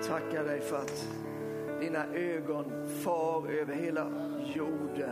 Tackar dig för att dina ögon far över hela jorden.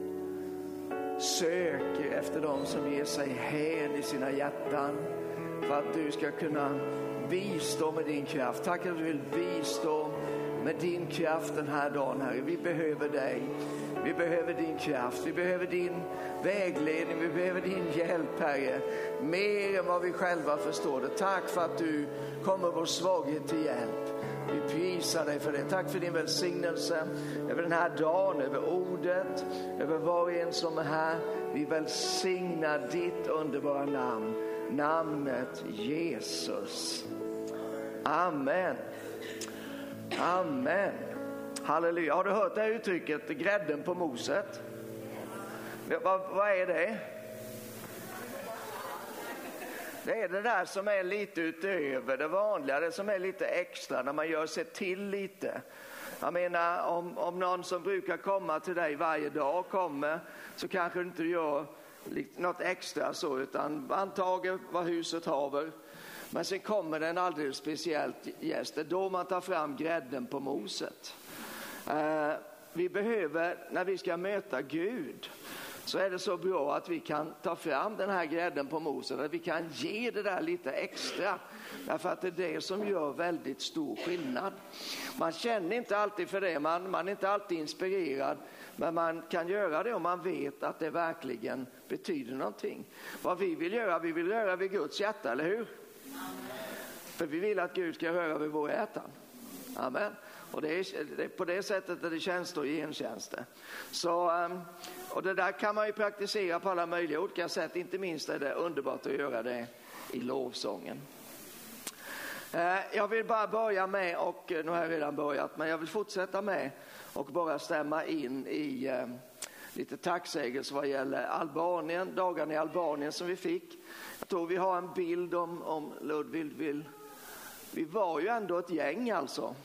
Söker efter dem som ger sig hän i sina hjärtan. För att du ska kunna bistå med din kraft. Tack att du vill bistå med din kraft den här dagen, Herre. Vi behöver dig. Vi behöver din kraft. Vi behöver din vägledning. Vi behöver din hjälp, Herre. Mer än vad vi själva förstår det. Tack för att du kommer vår svaghet till hjälp. Vi prisar dig för det. Tack för din välsignelse över den här dagen, över ordet, över var och en som är här. Vi välsignar ditt underbara namn. Namnet Jesus. Amen. Amen. Halleluja. Har du hört det här uttrycket, grädden på moset? Vad är det? Det är det där som är lite utöver det vanliga, det som är lite extra när man gör sig till lite. Jag menar, om någon som brukar komma till dig varje dag kommer, så kanske du inte gör något extra så, utan antager vad huset haver. Men sen kommer det en alldeles speciell gäst. Det är då man tar fram grädden på moset. Vi behöver, när vi ska möta Gud, så är det så bra att vi kan ta fram den här grädden på moset. Att vi kan ge det där lite extra. Därför att det är det som gör väldigt stor skillnad. Man känner inte alltid för det. Man är inte alltid inspirerad. Men man kan göra det om man vet att det verkligen betyder någonting. Vad vi vill göra vid Guds hjärta, eller hur? För vi vill att Gud ska röra vid våra hjärtan. Amen. Och det är på det sättet att det tjänster och gentjänster. Så, och det där kan man ju praktisera på alla möjliga olika sätt. Inte minst är det underbart att göra det i lovsången. Jag vill bara börja med, och nu har jag redan börjat, men jag vill fortsätta med och bara stämma in i lite tacksägelse vad gäller Albanien, dagarna i Albanien som vi fick. Jag tror vi har en bild om Ludvig. Vi var ju ändå ett gäng alltså.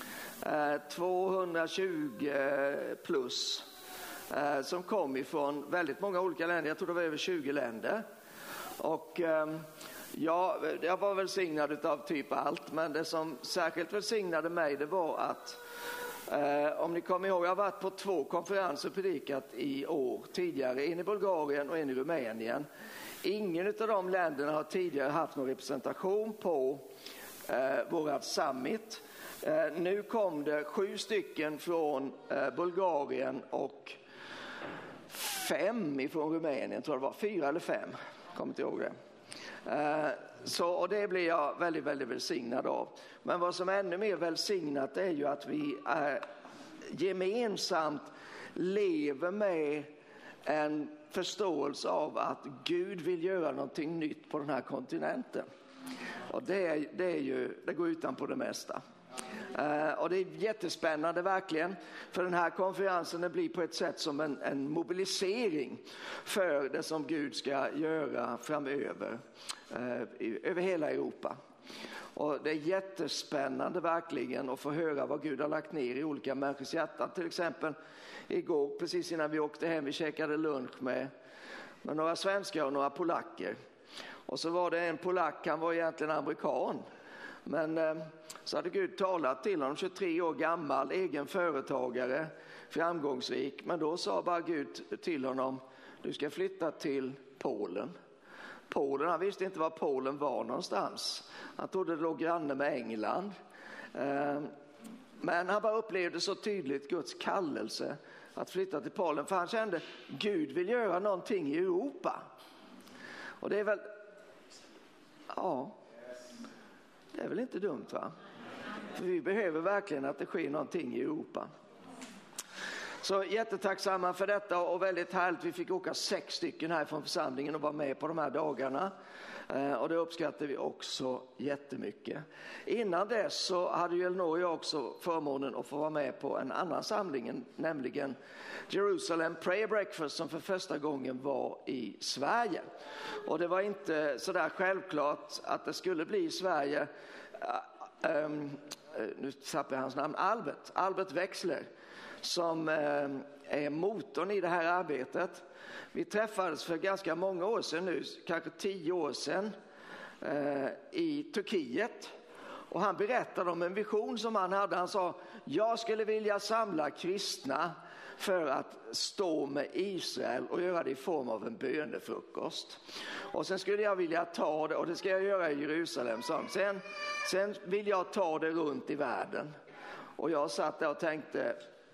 220 plus som kom ifrån väldigt många olika länder. Jag tror det var över 20 länder. Och jag var välsignad av typ allt. Men det som särskilt välsignade mig, det var att om ni kommer ihåg, jag har varit på 2 konferenser predikat i år tidigare. En i Bulgarien och en i Rumänien. Ingen av de länderna har tidigare haft någon representation på vårat summit. Nu kom det 7 stycken från Bulgarien och 5 ifrån Rumänien, tror jag det var 4 eller 5, kommer inte ihåg det. Och det blir jag väldigt, väldigt välsignad av. Men vad som är ännu mer välsignat är ju att vi gemensamt lever med en förståelse av att Gud vill göra någonting nytt på den här kontinenten. Och det går utanpå det mesta. Och det är jättespännande verkligen, för den här konferensen det blir på ett sätt som en mobilisering för det som Gud ska göra framöver över hela Europa. Och det är jättespännande verkligen att få höra vad Gud har lagt ner i olika människors hjärtan. Till exempel igår, precis innan vi åkte hem, vi käkade lunch med några svenskar och några polacker. Och så var det en polack, han var egentligen amerikan. Men så hade Gud talat till honom, 23 år gammal, egen företagare, framgångsrik. Men då sa bara Gud till honom, du ska flytta till Polen. Polen, han visste inte var Polen var någonstans. Han trodde det låg granne med England. Men han bara upplevde så tydligt Guds kallelse att flytta till Polen. För han kände, Gud vill göra någonting i Europa. Och det är väl, ja, det är väl inte dumt, va? För vi behöver verkligen att det sker någonting i Europa. Så jättetacksamma för detta och väldigt härligt. Vi fick åka 6 stycken här från församlingen och vara med på de här dagarna. Och det uppskattar vi också jättemycket. Innan dess så hade ju Elinor och jag också förmånen att få vara med på en annan samling, nämligen Jerusalem Prayer Breakfast, som för första gången var i Sverige. Och det var inte så där självklart att det skulle bli i Sverige. Nu tappar jag hans namn, Albert Wexler, som är motorn i det här arbetet. Vi träffades för ganska många år sedan nu, kanske 10 år sedan, i Turkiet. Och han berättade om en vision som han hade. Han sa, jag skulle vilja samla kristna för att stå med Israel och göra det i form av en bönefrukost. Och sen skulle jag vilja ta det, och det ska jag göra i Jerusalem. Sen vill jag ta det runt i världen. Och jag satt där och tänkte,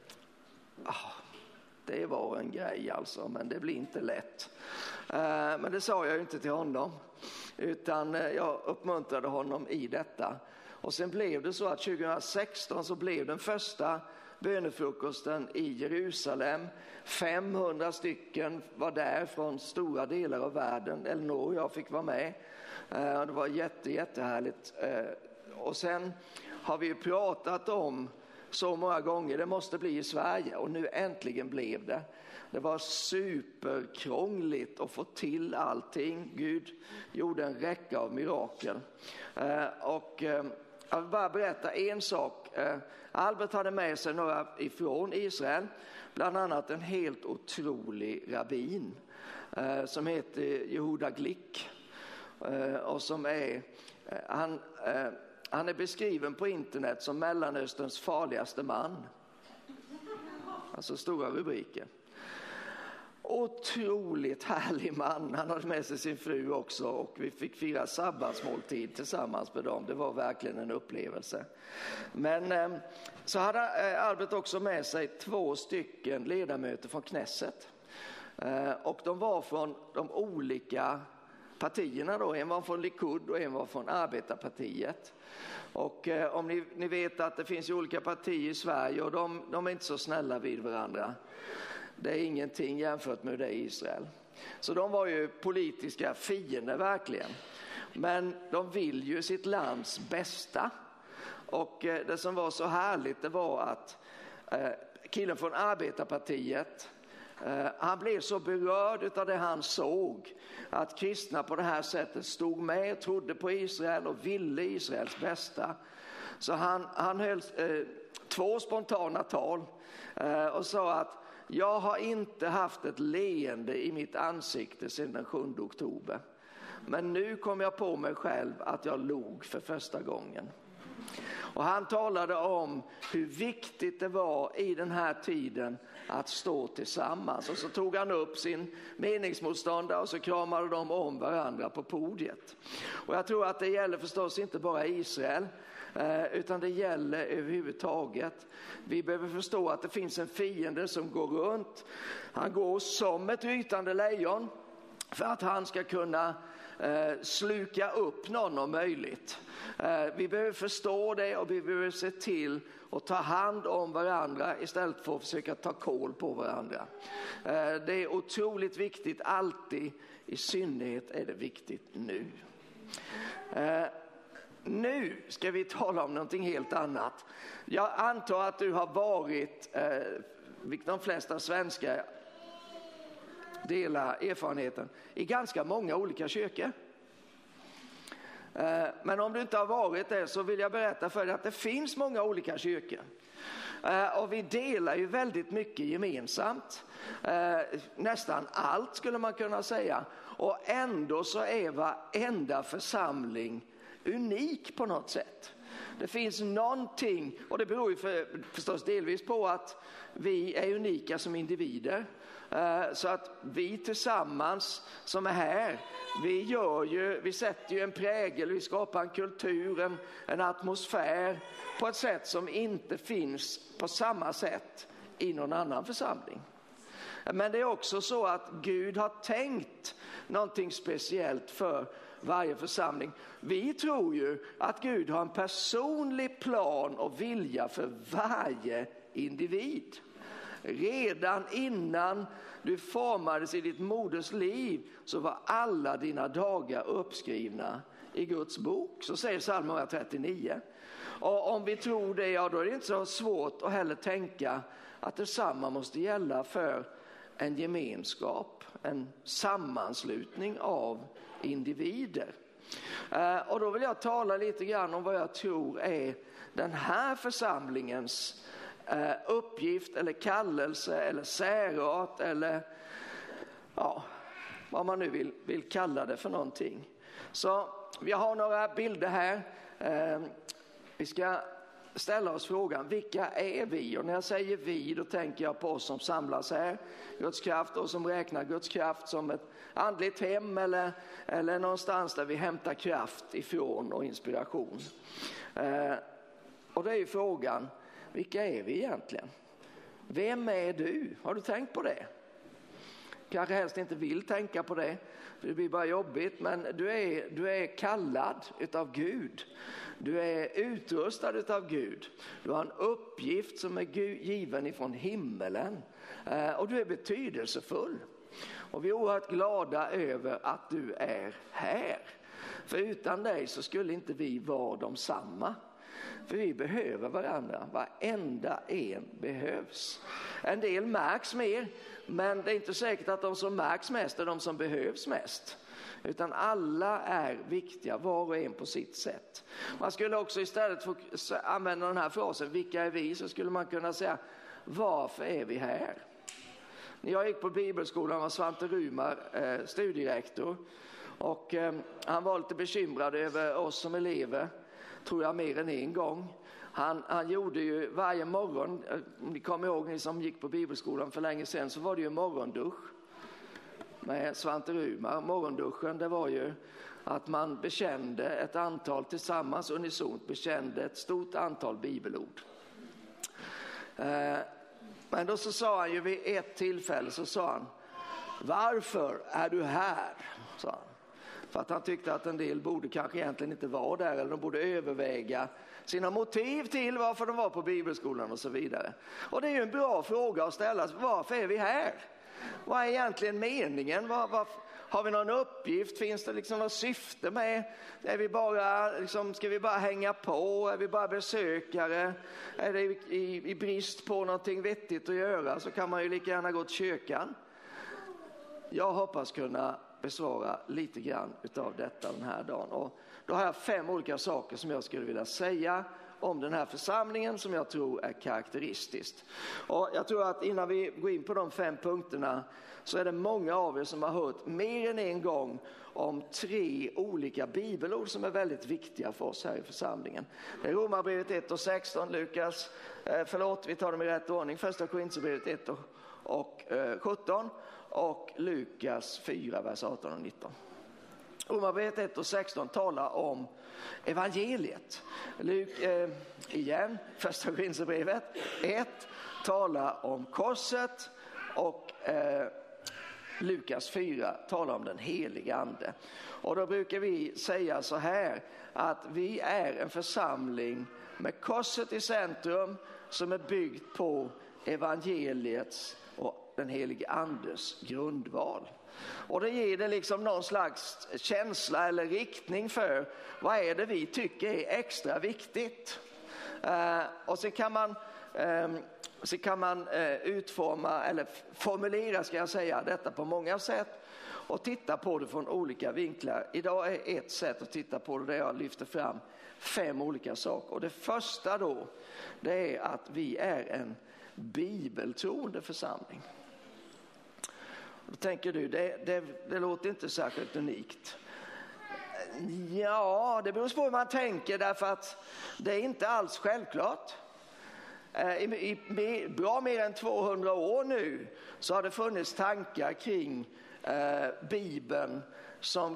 det var en grej alltså, men det blir inte lätt. Men det sa jag ju inte till honom, utan jag uppmuntrade honom i detta. Och sen blev det så att 2016 så blev den första bönefrukosten i Jerusalem. 500 stycken var där från stora delar av världen. Elinor och jag fick vara med. Det var jättehärligt. Och sen har vi ju pratat om så många gånger, det måste bli i Sverige, och nu äntligen blev det. Det var superkrångligt att få till allting. Gud gjorde en räcka av mirakel. Och jag vill bara berätta en sak. Albert hade med sig några ifrån Israel, bland annat en helt otrolig rabbin som heter Yehuda Glick, och som är han är beskriven på internet som Mellanösterns farligaste man. Alltså stora rubriker. Otroligt härlig man. Han hade med sig sin fru också, och vi fick fira sabbatsmåltid tillsammans med dem. Det var verkligen en upplevelse. Men så hade Albert också med sig 2 stycken ledamöter från Knesset. Och de var från de olika partierna då. En var från Likud och en var från Arbetarpartiet. Och om ni vet att det finns ju olika partier i Sverige, och de är inte så snälla vid varandra. Det är ingenting jämfört med det i Israel. Så de var ju politiska fiender verkligen. Men de vill ju sitt lands bästa. Och det som var så härligt, det var att killen från Arbetarpartiet, han blev så berörd av det han såg, att kristna på det här sättet stod med, trodde på Israel och ville Israels bästa. Så han höll 2 spontana tal och sa att jag har inte haft ett leende i mitt ansikte sedan den 7 oktober. Men nu kom jag på mig själv att jag log för första gången. Och han talade om hur viktigt det var i den här tiden att stå tillsammans. Och så tog han upp sin meningsmotståndare och så kramade de om varandra på podiet. Och jag tror att det gäller förstås inte bara Israel, utan det gäller överhuvudtaget. Vi behöver förstå att det finns en fiende som går runt. Han går som ett rytande lejon för att han ska kunna sluka upp någon om möjligt. Vi behöver förstå det, och vi behöver se till att ta hand om varandra istället för att försöka ta kål på varandra. Det är otroligt viktigt alltid, i synnerhet är det viktigt nu. Nu ska vi tala om någonting helt annat. Jag antar att du har varit, vilket de flesta svenskar delar erfarenheten, i ganska många olika kyrkor. Men om du inte har varit det, så vill jag berätta för dig att det finns många olika kyrkor. Och vi delar ju väldigt mycket gemensamt. Nästan allt skulle man kunna säga. Och ändå så är varenda församling unik på något sätt. Det finns någonting, och det beror ju förstås delvis på att vi är unika som individer. Så att vi tillsammans som är här, vi sätter ju en prägel, vi skapar en kultur, en atmosfär på ett sätt som inte finns på samma sätt i någon annan församling. Men det är också så att Gud har tänkt någonting speciellt för varje församling. Vi tror ju att Gud har en personlig plan och vilja för varje individ. Redan innan du formades i ditt moders liv så var alla dina dagar uppskrivna i Guds bok. Så säger Psalm 139. Och om vi tror det, ja, då är det inte så svårt att heller tänka att detsamma måste gälla för en gemenskap, en sammanslutning av individer. Och då vill jag tala lite grann om vad jag tror är den här församlingens uppgift eller kallelse eller särart, eller ja, vad man nu vill kalla det för någonting. Så vi har några bilder här. vi ska ställa oss frågan, vilka är vi? Och när jag säger vi, då tänker jag på oss som samlas här, Guds kraft, och som räknar Guds kraft som ett andligt hem eller någonstans där vi hämtar kraft ifrån och inspiration. Och det är ju frågan, vilka är vi egentligen? Vem är du? Har du tänkt på det? Kanske helst inte vill tänka på det, för det blir bara jobbigt, men du är kallad utav Gud. Du är utrustad utav Gud. Du har en uppgift som är given ifrån himmelen. Och du är betydelsefull. Och vi är oerhört glada över att du är här. För utan dig så skulle inte vi vara de samma. För vi behöver varandra. Varenda en behövs. En del märks mer, men det är inte säkert att de som märks mest är de som behövs mest. Utan alla är viktiga, var och en på sitt sätt. Man skulle också istället för att använda den här frasen, vilka är vi? Så skulle man kunna säga, varför är vi här? När jag gick på bibelskolan var Svante Rumar studierektor. Och han var lite bekymrad över oss som elever, tror jag mer än en gång. Han gjorde ju varje morgon, om ni kommer ihåg ni som gick på bibelskolan för länge sedan, så var det ju morgondusch med Svante Rumar. Morgonduschen, det var ju att man bekände ett antal tillsammans, unisont bekände ett stort antal bibelord. Men då så sa han ju vid ett tillfälle, så sa han, varför är du här? Sa han. För att han tyckte att en del borde kanske egentligen inte vara där, eller de borde överväga sina motiv till varför de var på bibelskolan och så vidare. Och det är ju en bra fråga att ställa, varför är vi här? Vad är egentligen meningen? Har vi någon uppgift? Finns det liksom något syfte med? Är vi bara, ska vi bara hänga på? Är vi bara besökare? Är det i brist på någonting vettigt att göra så kan man ju lika gärna gå till kyrkan. Jag hoppas kunna besvara lite grann utav detta den här dagen. Och då har jag 5 olika saker som jag skulle vilja säga om den här församlingen som jag tror är karaktäristiskt. Och jag tror att innan vi går in på de 5 punkterna så är det många av er som har hört mer än en gång om 3 olika bibelord som är väldigt viktiga för oss här i församlingen. Det är Romarbrevet 1 och 16, Lukas, vi tar dem i rätt ordning, första Korinthierbrevet 1 och 17 och Lukas 4, vers 18 och 19. Romarbrevet 1 och 16 talar om evangeliet. Igen, första Korinthierbrevet 1 talar om korset och Lukas 4 talar om den heliga ande. Och då brukar vi säga så här, att vi är en församling med korset i centrum som är byggt på evangeliets och den heliga andes grundval. Och det ger det liksom någon slags känsla eller riktning för vad är det vi tycker är extra viktigt. Och så kan man utforma eller formulera, ska jag säga, detta på många sätt och titta på det från olika vinklar. Idag är ett sätt att titta på det där jag lyfter fram 5 olika saker. Och det första då, det är att vi är en bibeltroende församling. Då tänker du, det låter inte särskilt unikt. Ja, det beror på hur man tänker, därför att det är inte alls självklart. I bra mer än 200 år nu så har det funnits tankar kring Bibeln som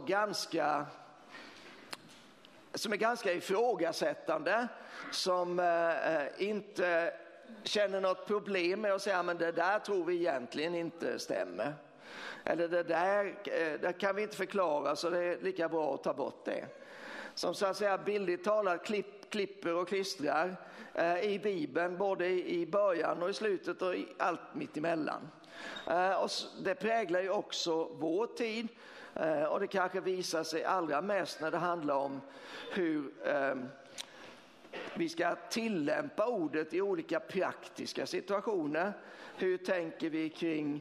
är ganska ifrågasättande, som inte känner något problem med att säga men det där tror vi egentligen inte stämmer. Eller det där kan vi inte förklara, så det är lika bra att ta bort det. Som så att säga bildligt talat klipper och klistrar i Bibeln, både i början och i slutet och i allt mitt emellan. Och det präglar ju också vår tid, och det kanske visar sig allra mest när det handlar om hur vi ska tillämpa ordet i olika praktiska situationer. Hur tänker vi kring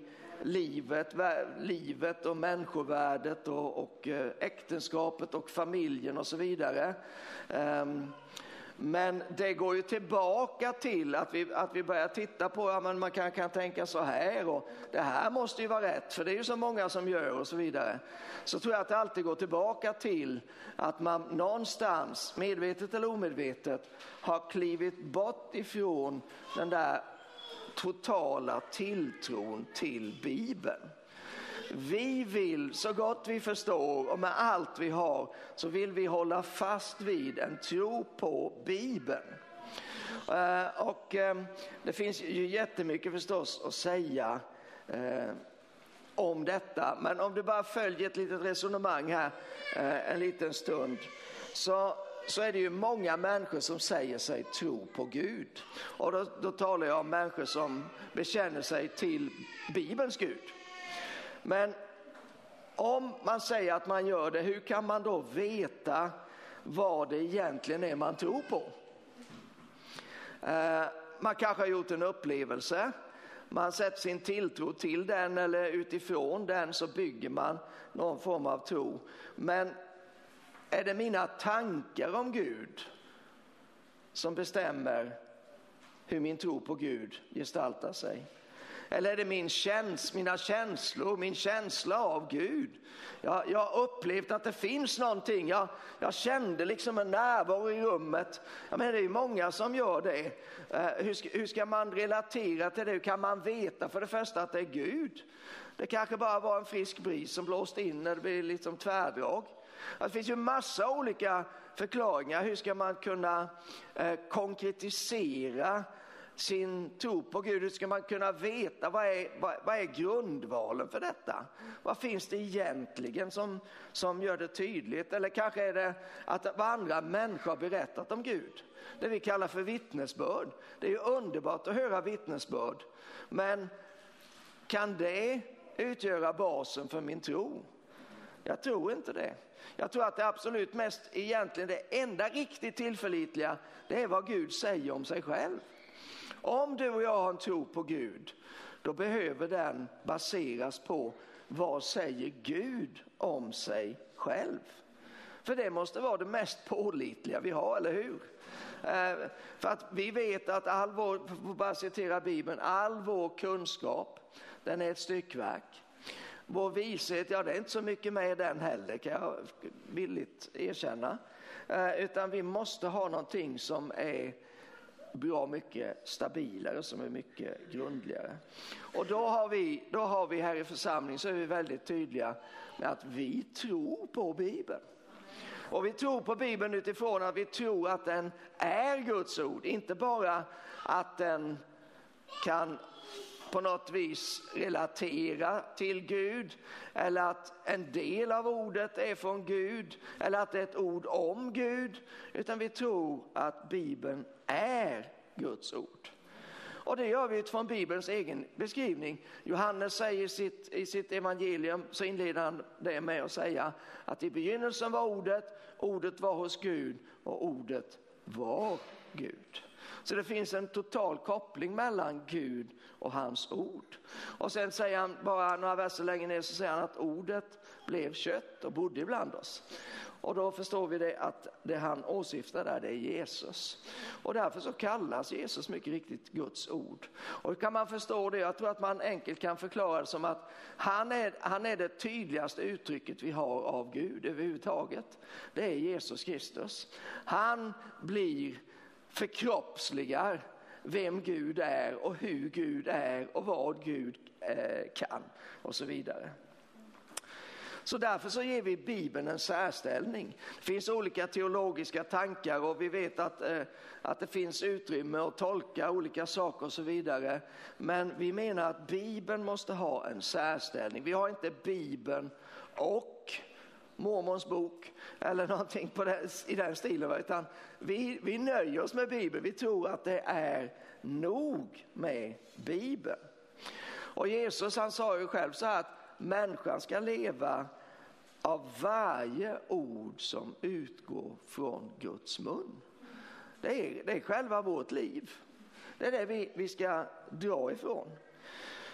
livet och människovärdet och äktenskapet och familjen och så vidare. Men det går ju tillbaka till att vi börjar titta på, ja, men man kan tänka så här och det här måste ju vara rätt för det är ju så många som gör och så vidare. Så tror jag att det alltid går tillbaka till att man någonstans, medvetet eller omedvetet, har klivit bort ifrån den där totala tilltron till Bibeln. Vi vill så gott vi förstår och med allt vi har så vill vi hålla fast vid en tro på Bibeln. Och det finns ju jättemycket förstås att säga om detta. Men om du bara följer ett litet resonemang här en liten stund så är det ju många människor som säger sig tro på Gud. Och då talar jag om människor som bekänner sig till Bibelns Gud. Men om man säger att man gör det, hur kan man då veta vad det egentligen är man tror på? Man kanske har gjort en upplevelse, man sätter sin tilltro till den eller utifrån den så bygger man någon form av tro. Men är det mina tankar om Gud som bestämmer hur min tro på Gud gestaltar sig? Eller är det mina känslor, min känsla av Gud? Jag har upplevt att det finns någonting. Jag kände liksom en närvaro i rummet. Ja, men det är ju många som gör det. Hur ska man relatera till det? Hur kan man veta för det första att det är Gud? Det kanske bara var en frisk bris som blåste in när det blir liksom tvärdrag. Det finns ju massa olika förklaringar. Hur ska man kunna konkretisera sin tro på Gud? Hur ska man kunna veta vad är grundvalen för detta? Vad finns det egentligen som gör det tydligt? Eller kanske är det att vad andra människor har berättat om Gud. Det vi kallar för vittnesbörd. Det är ju underbart att höra vittnesbörd. Men kan det utgöra basen för min tro? Jag tror inte det. Jag tror att det absolut mest, egentligen det enda riktigt tillförlitliga, det är vad Gud säger om sig själv. Om du och jag har en tro på Gud, då behöver den baseras på vad säger Gud om sig själv. För det måste vara det mest pålitliga vi har, eller hur? För att vi vet att bara citera Bibeln, all vår kunskap, den är ett styckverk. Vår vishet, ja det är inte så mycket med den heller, kan jag villigt erkänna. Utan vi måste ha någonting som är bra mycket stabilare, som är mycket grundligare. Och då har vi här i församlingen så är vi väldigt tydliga med att vi tror på Bibeln. Och vi tror på Bibeln utifrån att vi tror att den är Guds ord. Inte bara att den kan på något vis relatera till Gud, eller att en del av ordet är från Gud, eller att det är ett ord om Gud, utan vi tror att Bibeln är Guds ord. Och det gör vi utifrån Bibelns egen beskrivning. Johannes säger i sitt evangelium, så inleder han det med att säga att i begynnelsen var ordet var hos Gud och ordet var Gud. Så det finns en total koppling mellan Gud och hans ord. Och sen säger han bara några verser längre ner, så säger han att ordet blev kött och bodde ibland oss. Och då förstår vi det att det han åsyftar där, det är Jesus. Och därför så kallas Jesus mycket riktigt Guds ord. Och hur kan man förstå det? Jag tror att man enkelt kan förklara det som att han är det tydligaste uttrycket vi har av Gud överhuvudtaget. Det är Jesus Kristus. Han förkroppsligar vem Gud är och hur Gud är och vad Gud kan och så vidare. Så därför så ger vi Bibeln en särställning. Det finns olika teologiska tankar och vi vet att det finns utrymme att tolka olika saker och så vidare. Men vi menar att Bibeln måste ha en särställning. Vi har inte Bibeln och Mormons bok eller någonting i den stilen, utan vi nöjer oss med Bibeln. Vi tror att det är nog med Bibeln. Och Jesus, han sa ju själv så här att människan ska leva av varje ord som utgår från Guds mun. Det är själva vårt liv. Det är det vi ska dra ifrån.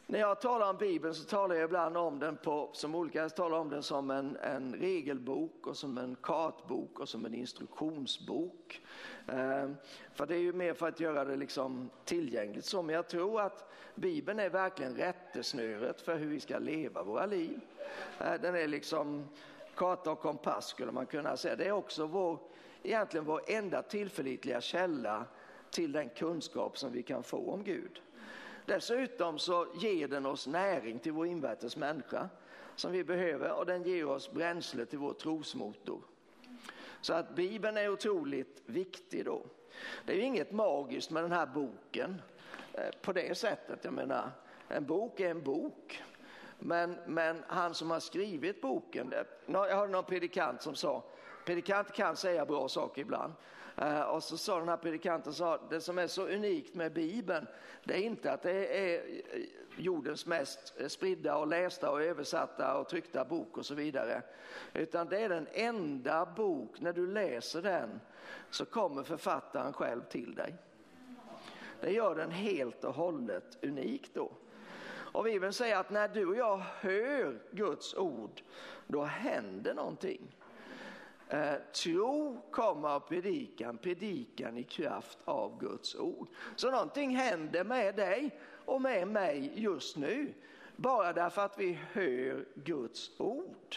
När jag talar om Bibeln så talar jag ibland om den som olika talar om den som en regelbok och som en kartbok och som en instruktionsbok. För det är ju mer för att göra det liksom tillgängligt så. Men jag tror att Bibeln är verkligen rättesnöret för hur vi ska leva våra liv. Den är liksom karta och kompass skulle man kunna säga. Det är också egentligen vår enda tillförlitliga källa till den kunskap som vi kan få om Gud. Dessutom så ger den oss näring till vår invärtes människa som vi behöver, och den ger oss bränsle till vår trosmotor. Så att Bibeln är otroligt viktig då. Det är ju inget magiskt med den här boken på det sättet. Jag menar, en bok är en bok. Men han som har skrivit boken, jag hörde någon predikant som sa, predikant kan säga bra saker ibland. Och så sa den här predikanten, det som är så unikt med Bibeln, det är inte att det är jordens mest spridda och lästa och översatta och tryckta bok och så vidare. Utan det är den enda bok, när du läser den så kommer författaren själv till dig. Det gör den helt och hållet unik då. Och Bibeln säger att när du och jag hör Guds ord, då händer någonting. Tro kommer av predikan i kraft av Guds ord. Så någonting händer med dig och med mig just nu, bara därför att vi hör Guds ord.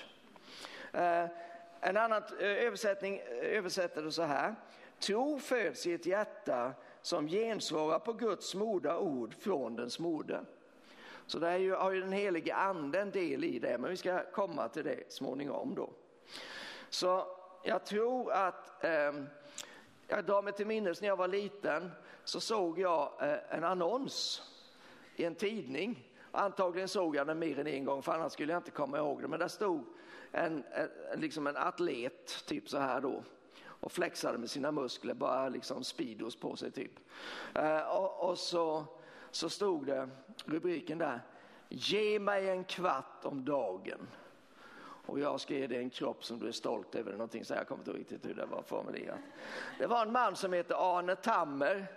En annan översättning översätter det så här: tro föds i ett hjärta som gensvarar på Guds moda ord från dens moder. Så det har ju den helige ande en del i det, men vi ska komma till det småningom då. Så jag tror att jag drar mig till minnes när jag var liten, så såg jag en annons i en tidning. Antagligen såg jag den mer än en gång, för annars skulle jag inte komma ihåg det. Men där stod liksom en atlet typ så här då och flexade med sina muskler, bara liksom speedos på sig typ. Och så stod det rubriken där: ge mig en kvart om dagen. Och jag skrev det en kropp som du är stolt över, någonting så jag kommer inte riktigt hur det var formulerat. Det var en man som heter Arne Tammer.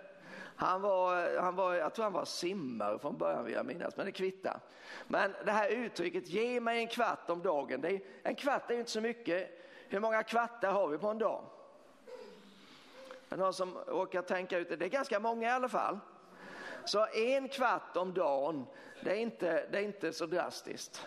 Jag tror han var simmare från början, vill jag minnas, men det kvittar. Men det här uttrycket, ge mig en kvart om dagen, en kvart är ju inte så mycket. Hur många kvartar har vi på en dag? Är det någon som orkar tänka ut det? Det är ganska många i alla fall. Så en kvart om dagen, det är inte så drastiskt.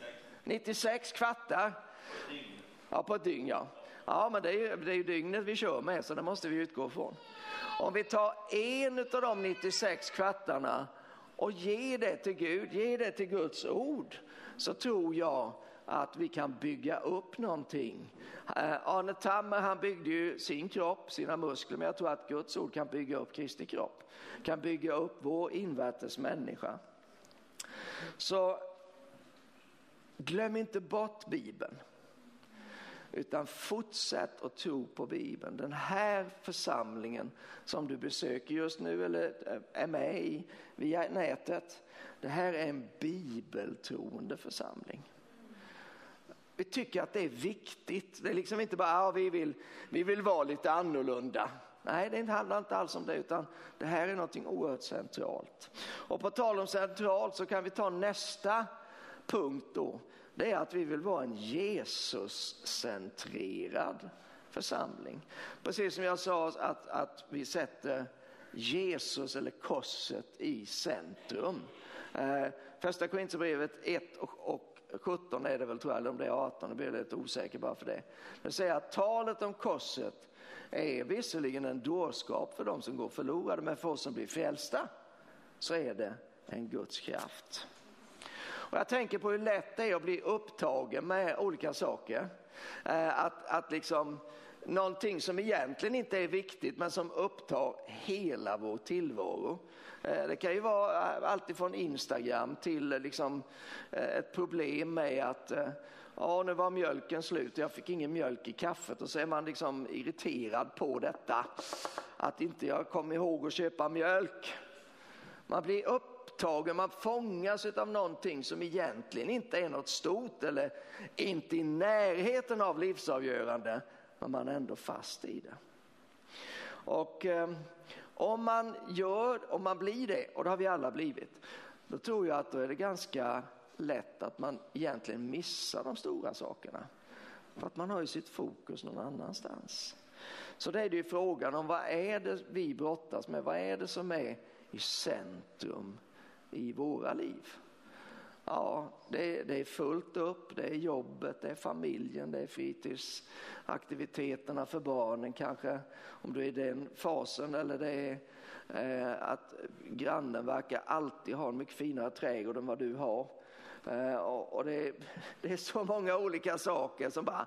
96 kvartar. Ja, på ett dygn, ja. Ja, men det är ju dygnet vi kör med, så det måste vi utgå från. Om vi tar en av de 96 kvartarna och ger det till Gud, ger det till Guds ord, så tror jag att vi kan bygga upp någonting. Arne Tammer, han byggde ju sin kropp, sina muskler, men jag tror att Guds ord kan bygga upp Kristi kropp, kan bygga upp vår invärtes människa. Så glöm inte bort Bibeln, utan fortsätt att tro på Bibeln. Den här församlingen som du besöker just nu eller är med i via nätet, det här är en bibeltroende församling. Vi tycker att det är viktigt. Det är liksom inte bara vi vill vara lite annorlunda. Nej, det handlar inte alls om det, utan det här är något oerhört centralt. Och på tal om centralt så kan vi ta nästa punkt då. Det är att vi vill vara en Jesus-centrerad församling. Precis som jag sa, att vi sätter Jesus eller korset i centrum. Första Korinthierbrevet 1 och 17 är det väl, tror jag, eller om det är 18, det blir lite osäker bara för det. Det säger att talet om korset är visserligen en dårskap för de som går förlorade, men för oss som blir frälsta så är det en Guds kraft. Och jag tänker på hur lätt det är att bli upptagen med olika saker. Att liksom någonting som egentligen inte är viktigt men som upptar hela vår tillvaro. Det kan ju vara allt ifrån Instagram till liksom ett problem med att nu var mjölken slut, jag fick ingen mjölk i kaffet, och så är man liksom irriterad på detta, att inte jag kom ihåg att köpa mjölk. Man blir upptagen, man fångas av någonting som egentligen inte är något stort eller inte i närheten av livsavgörande, men man är ändå fast i det. Och om man blir det, och det har vi alla blivit, då tror jag att då är det ganska lätt att man egentligen missar de stora sakerna. För att man har ju sitt fokus någon annanstans. Så det är ju frågan om vad är det vi brottas med? Vad är det som är i centrum i våra liv? Ja, det är fullt upp, det är jobbet, det är familjen, det är fritidsaktiviteterna för barnen kanske. Om du är i den fasen, eller det är att grannen verkar alltid ha en mycket finare trädgård än vad du har. Och det är så många olika saker som bara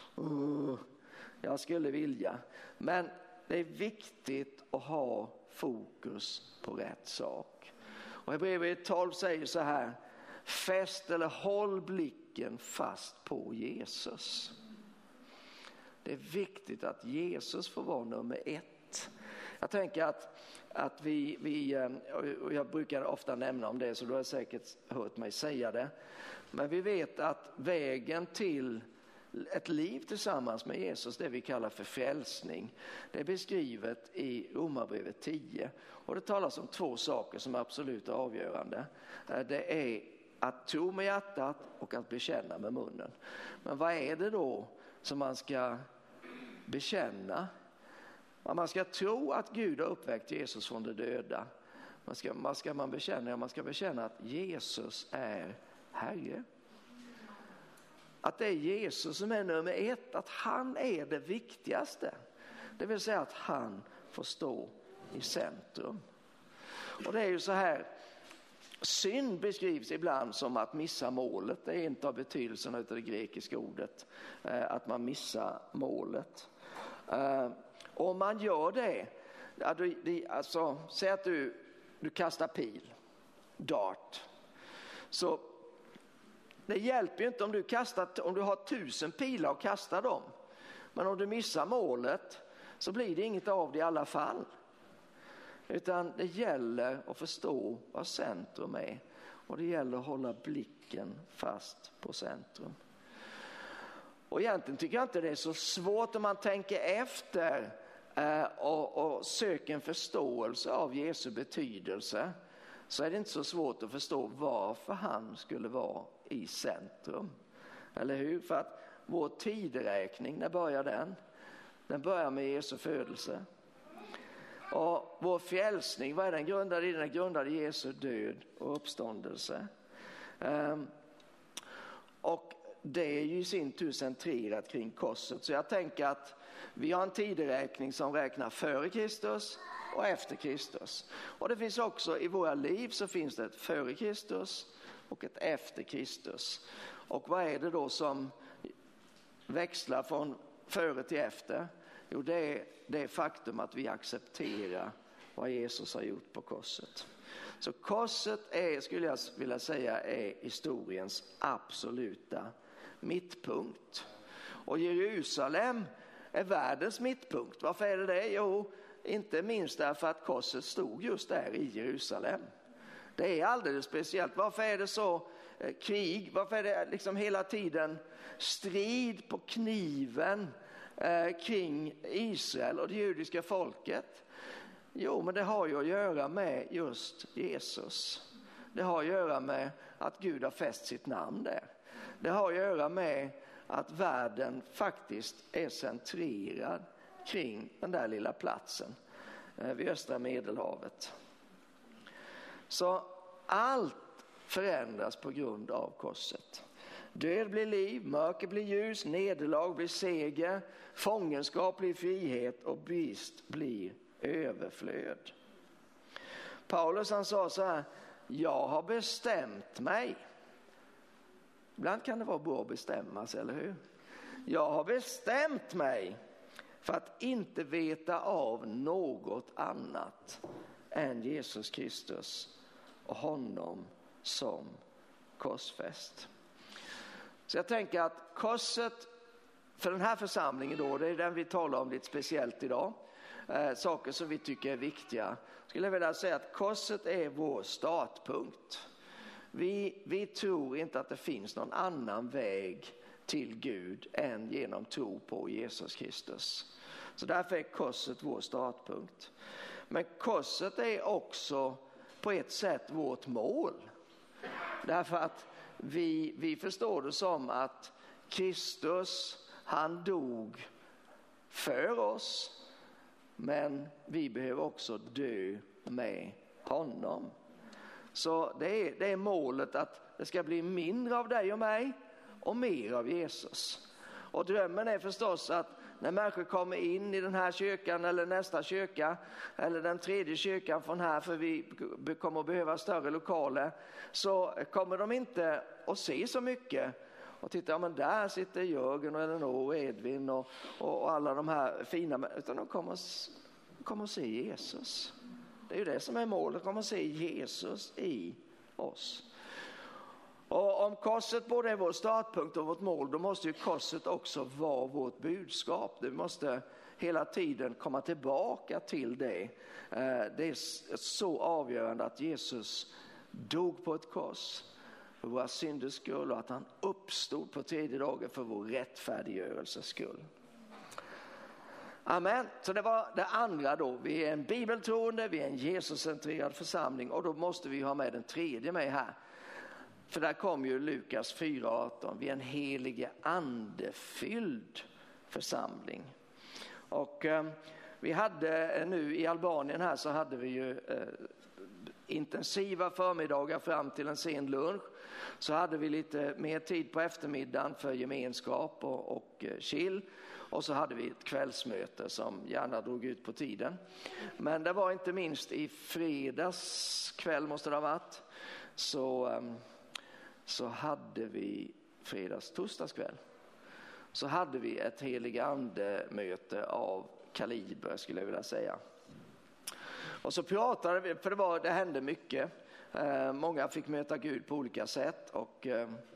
jag skulle vilja. Men det är viktigt att ha fokus på rätt sak. Och Hebreerbrevet 12 säger så här: fäst eller håll blicken fast på Jesus. Det är viktigt att Jesus får vara nummer ett. Jag tänker att vi och jag brukar ofta nämna om det, så du har säkert hört mig säga det. Men vi vet att vägen till ett liv tillsammans med Jesus, det vi kallar för frälsning, det är beskrivet i Romarbrevet 10. Och det talas om två saker som är absolut avgörande. Det är att tro med hjärtat och att bekänna med munnen. Men vad är det då som man ska bekänna? Man ska tro att Gud har uppväckt Jesus från de döda. Man ska bekänna att Jesus är Herre. Att det är Jesus som är nummer ett, att han är det viktigaste. Det vill säga att han får stå i centrum. Och det är ju så här, synd beskrivs ibland som att missa målet. Det är inte av betydelsen av det grekiska ordet, att man missar målet. Om man gör det, alltså säg att du kastar pil, dart, så det hjälper ju inte om du har 1000 pilar och kastar dem. Men om du missar målet så blir det inget av det i alla fall. Utan det gäller att förstå vad centrum är. Och det gäller att hålla blicken fast på centrum. Och egentligen tycker jag inte det är så svårt om man tänker efter och söker en förståelse av Jesu betydelse. Så är det inte så svårt att förstå varför han skulle vara i centrum. Eller hur? För att vår tideräkning, när börjar den? Den börjar med Jesu födelse. Och vår frälsning, vad är den grundade i? Den är grundad i Jesu död och uppståndelse. Och det är ju i sin tur centrerat kring korset. Så jag tänker att vi har en tideräkning som räknar före Kristus och efter Kristus. Och det finns också i våra liv, så finns det ett före Kristus och ett efter Kristus. Och vad är det då som växlar från före till efter? Jo, det är det faktum att vi accepterar vad Jesus har gjort på korset. Så korset är, skulle jag vilja säga, är historiens absoluta mittpunkt. Och Jerusalem är världens mittpunkt. Varför är det? Jo, inte minst därför att korset stod just där i Jerusalem. Det är alldeles speciellt. Varför är det så krig? Varför är det liksom hela tiden strid på kniven kring Israel och det judiska folket? Jo, men det har ju att göra med just Jesus. Det har att göra med att Gud har fäst sitt namn där. Det har att göra med att världen faktiskt är centrerad kring den där lilla platsen vid östra Medelhavet. Så allt förändras på grund av korset. Död blir liv, mörker blir ljus, nederlag blir seger, fångenskap blir frihet och brist blir överflöd. Paulus, han sa så här: jag har bestämt mig. Ibland kan det vara bra att bestämma sig, eller hur? Jag har bestämt mig för att inte veta av något annat än Jesus Kristus och honom som korsfäst. Så jag tänker att korset för den här församlingen då, det är den vi talar om lite speciellt idag. Saker som vi tycker är viktiga. Skulle jag vilja säga att korset är vår startpunkt. Vi tror inte att det finns någon annan väg till Gud än genom tro på Jesus Kristus. Så därför är korset vår startpunkt. Men korset är också på ett sätt vårt mål. Därför att vi förstår det som att Kristus, han dog för oss, men vi behöver också dö med honom. Så det är målet, att det ska bli mindre av dig och mig och mer av Jesus. Och drömmen är förstås att när människor kommer in i den här kyrkan eller nästa kyrka eller den tredje kyrkan från här, för vi kommer att behöva större lokaler, så kommer de inte att se så mycket och titta, ja, men där sitter Jörgen och Elinor och Edvin och alla de här fina, utan de kommer att se Jesus. Det är ju det som är målet, de kommer att se Jesus i oss. Och om korset både är vår startpunkt och vårt mål, då måste ju korset också vara vårt budskap. Det måste hela tiden komma tillbaka till det. Det är så avgörande att Jesus dog på ett kors för våra synders skull och att han uppstod på tredje dagen för vår rättfärdiggörelses skull. Amen. Så det var det andra då. Vi är en bibeltroende, vi är en Jesus-centrerad församling, och då måste vi ha med den tredje med här. För där kom ju Lukas 4:18. Vi är en helige andefylld församling. Och vi hade nu i Albanien här, så hade vi ju intensiva förmiddagar fram till en sen lunch. Så hade vi lite mer tid på eftermiddagen för gemenskap och chill. Och så hade vi ett kvällsmöte som gärna drog ut på tiden. Men det var inte minst i fredags kväll, måste det ha varit, så hade vi torsdagskväll. Så hade vi ett heliga ande-möte av kaliber, skulle jag vilja säga. Och så pratade vi, för det hände mycket. Många fick möta Gud på olika sätt. Och,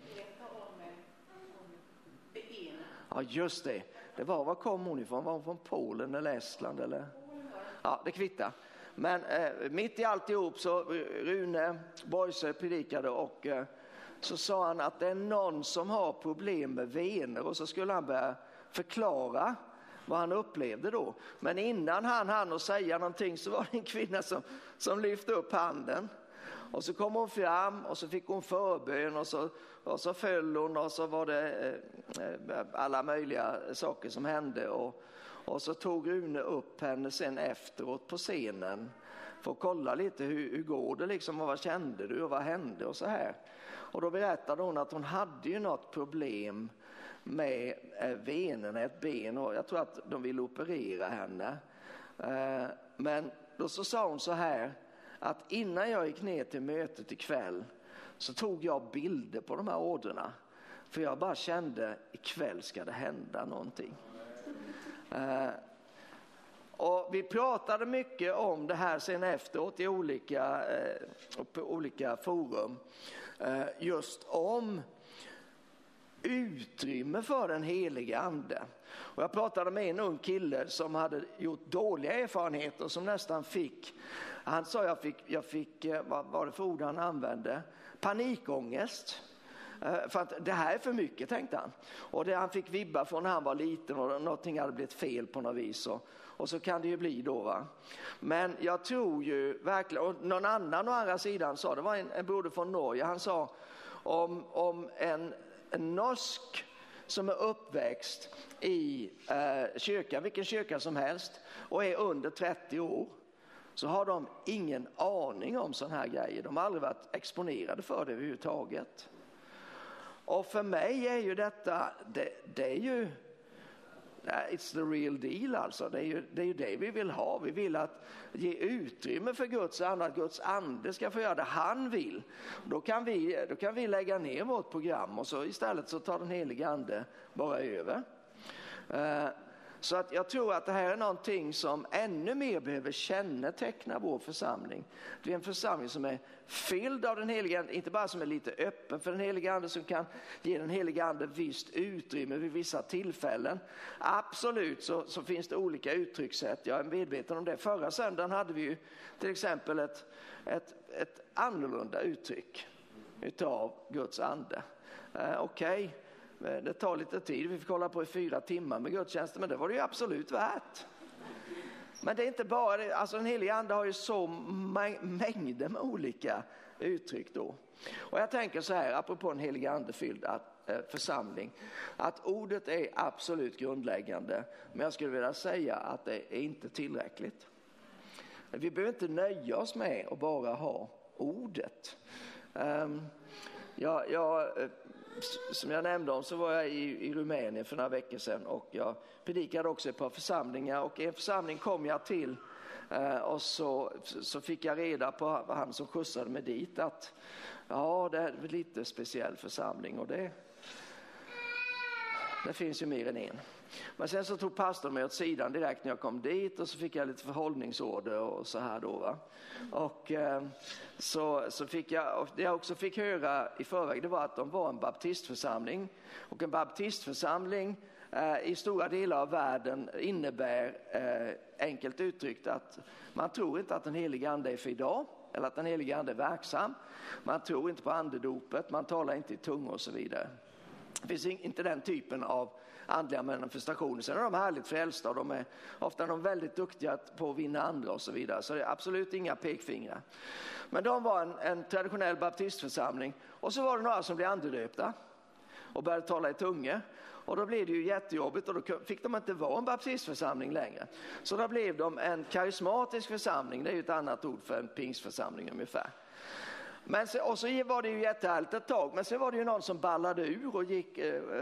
ja, just det. Var kom hon ifrån? Var hon från Polen eller Estland? Eller? Ja, det kvittar. Men mitt i alltihop så Rune Boise predikade, och så sa han att det är någon som har problem med vener, och så skulle han börja förklara vad han upplevde då. Men innan han hann att säga någonting så var det en kvinna som lyfte upp handen. Och så kom hon fram och så fick hon förbön och så föll hon, och så var det alla möjliga saker som hände. Och så tog Rune upp henne sen efteråt på scenen för att kolla lite hur går det liksom, och vad kände du och vad hände och så här. Och då berättade hon att hon hade ju något problem med venerna, ett ben, och jag tror att de ville operera henne. Men då så sa hon så här, att innan jag gick ner till mötet ikväll så tog jag bilder på de här ådrorna, för jag bara kände ikväll ska det hända någonting. Och vi pratade mycket om det här sen efteråt i olika forum, just om utrymme för den heliga ande. Och jag pratade med en ung kille som hade gjort dåliga erfarenheter, som nästan fick, han sa jag fick vad var det för ord han använde? Panikångest. För att det här är för mycket, tänkte han. Och det han fick vibba från när han var liten, och någonting hade blivit fel på något vis. Och så kan det ju bli då, va. Men jag tror ju verkligen, och någon annan å andra sidan sa, det var en broder från Norge, han sa om en norsk som är uppväxt i kyrkan, vilken kyrka som helst, och är under 30 år, så har de ingen aning om sån här grejer. De har aldrig varit exponerade för det överhuvudtaget. Och för mig är ju detta, det är ju, it's the real deal alltså. Det är ju det vi vill ha. Vi vill att ge utrymme för Guds ande, att Guds ande ska få göra det han vill. Då kan vi lägga ner vårt program, och så istället så tar den heliga ande bara över. Så att jag tror att det här är någonting som ännu mer behöver känneteckna vår församling. Det är en församling som är fylld av den heliga ande, inte bara som är lite öppen för den heliga ande, som kan ge den heliga ande visst utrymme vid vissa tillfällen. Absolut så finns det olika uttryckssätt, jag är medveten om det. Förra söndagen hade vi ju till exempel ett annorlunda uttryck utav Guds ande. Okej. Det tar lite tid, vi fick hålla på i 4 timmar med gudstjänsten, men det var det ju absolut värt. Men det är inte bara det, alltså den heliga ande har ju så mängder med olika uttryck då. Och jag tänker så här, apropå en helig andefylld församling, att ordet är absolut grundläggande, men jag skulle vilja säga att det är inte tillräckligt. Vi behöver inte nöja oss med att bara ha ordet. Som jag nämnde om, så var jag i Rumänien för några veckor sedan, och jag predikade också ett par församlingar, och i en församling kom jag till och så fick jag reda på han som skjutsade mig dit att ja, det är en lite speciell församling, och det finns ju mer än en. Men sen så tog pastorn mig åt sidan direkt när jag kom dit, och så fick jag lite förhållningsorder och så här då, va? Och så fick jag, det jag också fick höra i förväg, det var att de var en baptistförsamling, och en baptistförsamling i stora delar av världen innebär enkelt uttryckt att man tror inte att den heliga ande är för idag, eller att den heliga ande är verksam. Man tror inte på andedopet, man talar inte i tungor och så vidare. Det finns inte den typen av andliga manifestationer. Sen är de härligt frälsta, och de är ofta väldigt duktiga på att vinna andra och så vidare. Så det är absolut inga pekfingrar. Men de var en traditionell baptistförsamling, och så var det några som blev andedöpta och började tala i tungor. Och då blev det ju jättejobbigt, och då fick de inte vara en baptistförsamling längre. Så då blev de en karismatisk församling, det är ju ett annat ord för en pingsförsamling ungefär. Men och så var det ju jättehärligt ett tag, men sen var det ju någon som ballade ur och gick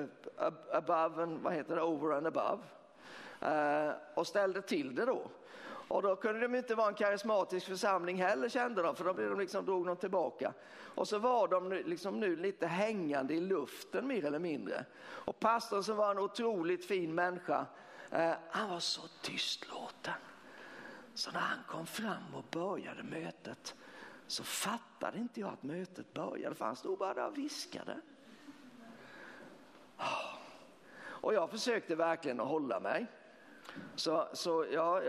over and above, och ställde till det då. Och då kunde de inte vara en karismatisk församling heller, kände de, för då blev de liksom, drog de tillbaka. Och så var de liksom nu lite hängande i luften mer eller mindre. Och pastorn, som var en otroligt fin människa, han var så tystlåten. Så när han kom fram och började mötet, så fattade inte jag att mötet började, för han stod bara där och viskade. Och jag försökte verkligen att hålla mig. Så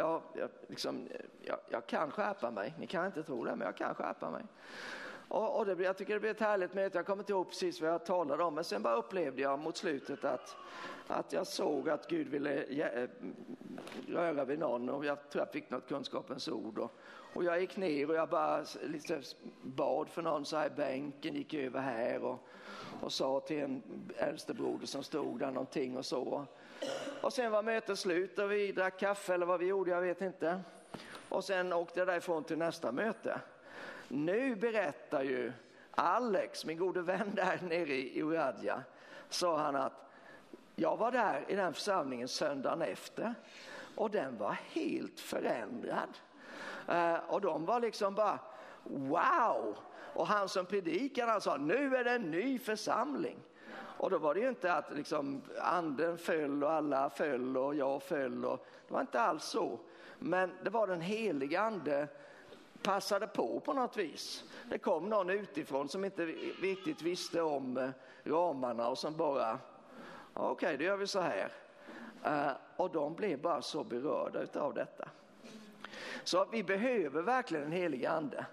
jag kan skärpa mig. Ni kan inte tro det, men jag kan skärpa mig. Och jag tycker det blev ett härligt möte. Jag kommer inte ihåg precis vad jag talade om, men sen bara upplevde jag mot slutet att jag såg att Gud ville röra vid någon, och jag tror jag fick något kunskapens ord, och jag gick ner och jag bara lite bad för någon så här i bänken, gick över här och sa till en äldstebroder som stod där någonting och så. Och sen var mötet slut och vi drack kaffe eller vad vi gjorde, jag vet inte. Och sen åkte jag därifrån till nästa möte. Nu berättar ju Alex, min gode vän där nere i Oradja, sa han att jag var där i den församlingen söndagen efter, och den var helt förändrad. Och de var liksom bara wow. Och han som predikade, han sa nu är det en ny församling. Och då var det ju inte att liksom anden föll och alla föll och jag föll, och det var inte alls så. Men det var den heliga ande passade på något vis. Det kom någon utifrån som inte riktigt visste om ramarna, och som bara okej, det gör vi så här. Och de blev bara så berörda utav detta. Så vi behöver verkligen en helig ande.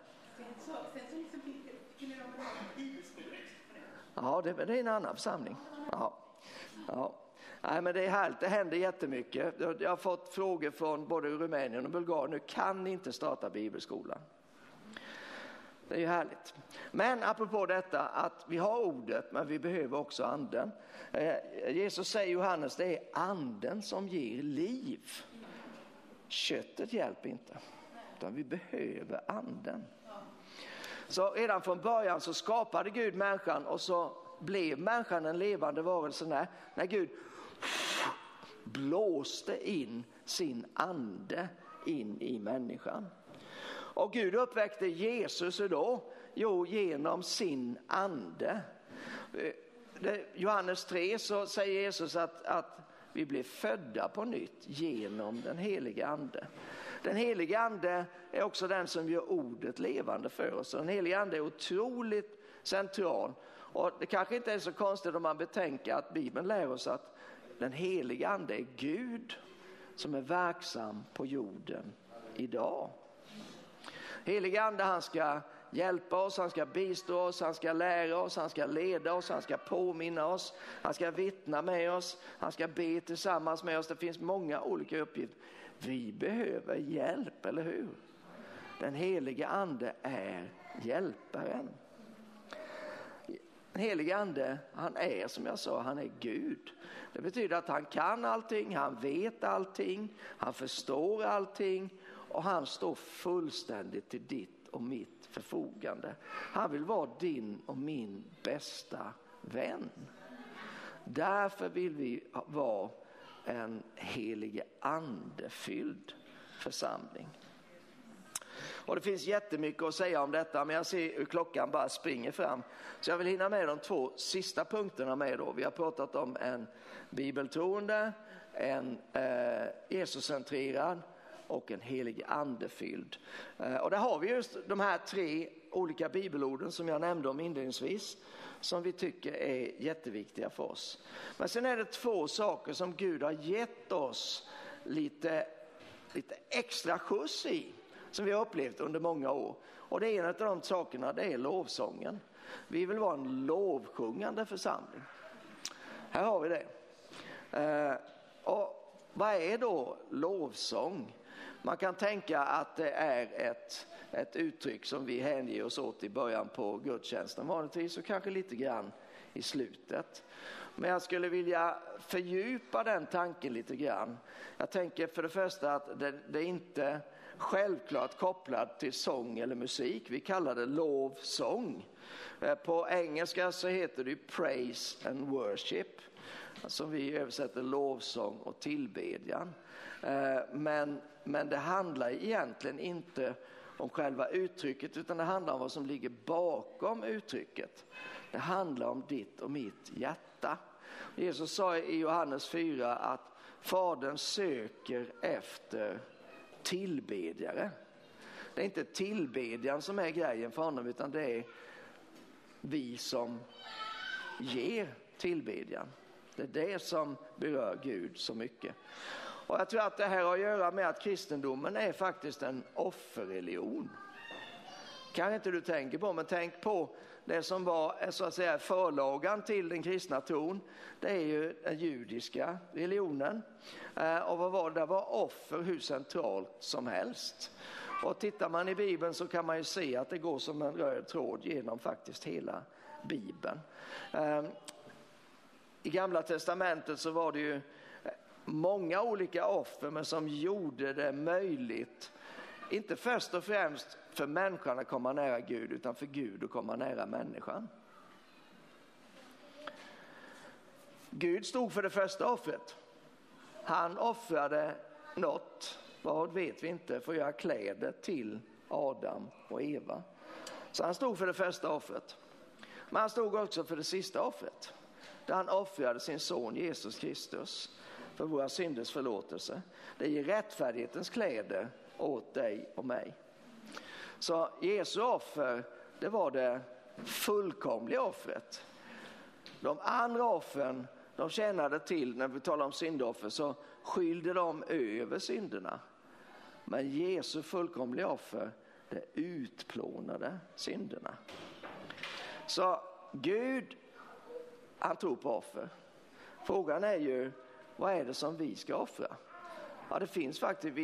Ja, det är en annan församling. Ja. Nej, men det är härligt, det händer jättemycket. Jag har fått frågor från både Rumänien och Bulgarien. Nu kan ni inte starta bibelskolan. Det är ju härligt. Men apropå detta att vi har ordet, men vi behöver också anden. Jesus säger, Johannes, det är anden som ger liv. Köttet hjälper inte, utan vi behöver anden. Så redan från början så skapade Gud människan, och så blev människan en levande varelse när Gud blåste in sin ande in i människan. Och Gud uppväckte Jesus då? Jo, genom sin ande. Johannes 3 så säger Jesus att vi blir födda på nytt genom den heliga ande. Den heliga ande är också den som gör ordet levande för oss. Den heliga ande är otroligt central. Och det kanske inte är så konstigt om man betänker att Bibeln lär oss att den heliga ande är Gud som är verksam på jorden idag. Heliga ande, han ska hjälpa oss, han ska bistå oss, han ska lära oss, han ska leda oss, han ska påminna oss, han ska vittna med oss, han ska be tillsammans med oss. Det finns många olika uppgifter. Vi behöver hjälp, eller hur? Den helige ande är hjälparen. Den helige ande, han är, som jag sa, han är Gud. Det betyder att han kan allting, han vet allting, han förstår allting och han står fullständigt till ditt och mitt förfogande. Han vill vara din och min bästa vän. Därför vill vi vara en helige andefylld församling. Och det finns jättemycket att säga om detta, men jag ser hur klockan bara springer fram. Så jag vill hinna med de 2 sista punkterna med då. Vi har pratat om en bibeltroende, en Jesuscentrerad och en helig andefylld. Och där har vi just de här 3 olika bibelorden som jag nämnde om inledningsvis, som vi tycker är jätteviktiga för oss. Men sen är det 2 saker som Gud har gett oss lite extra skjuts i, som vi har upplevt under många år. Och det är en av de sakerna, det är lovsången. Vi vill vara en lovsjungande församling. Här har vi det. Och vad är då lovsång? Man kan tänka att det är ett uttryck som vi hänger oss åt i början på gudstjänsten vanligtvis, och kanske lite grann i slutet. Men jag skulle vilja fördjupa den tanken lite grann. Jag tänker för det första att det är inte självklart kopplad till sång eller musik. Vi kallar det lovsång. På engelska så heter det praise and worship, som vi översätter lovsång och tillbedjan. Men det handlar egentligen inte om själva uttrycket, utan det handlar om vad som ligger bakom uttrycket. Det handlar om ditt och mitt hjärta. Jesus sa i Johannes 4 att Fadern söker efter tillbedjare. Det är inte tillbedjan som är grejen för honom, utan det är vi som ger tillbedjan. Det är det som berör Gud så mycket. Och jag tror att det här har att göra med att kristendomen är faktiskt en offerreligion. Kan inte du tänka på, men tänk på det som var så att säga förlagan till den kristna tron. Det är ju den judiska religionen. Och vad var det? Det var offer hur centralt som helst. Och tittar man i Bibeln så kan man ju se att det går som en röd tråd genom faktiskt hela Bibeln. I Gamla testamentet så var det ju många olika offer, men som gjorde det möjligt, inte först och främst för människan att komma nära Gud, utan för Gud att komma nära människan. Gud stod för det första offret. Han offrade något, vad vet vi inte, för att göra kläder till Adam och Eva. Så han stod för det första offret. Men han stod också för det sista offret, där han offrade sin son Jesus Kristus för våra synders förlåtelse. Det ger rättfärdighetens kläder åt dig och mig. Så Jesu offer, det var det fullkomliga offret. De andra offren, de tjänade till, när vi talar om syndoffer, så skyllde de över synderna. Men Jesu fullkomliga offer, det utplånade synderna. Så Gud, han tror på offer. Frågan är ju, vad är det som vi ska offra? Ja, det finns faktiskt,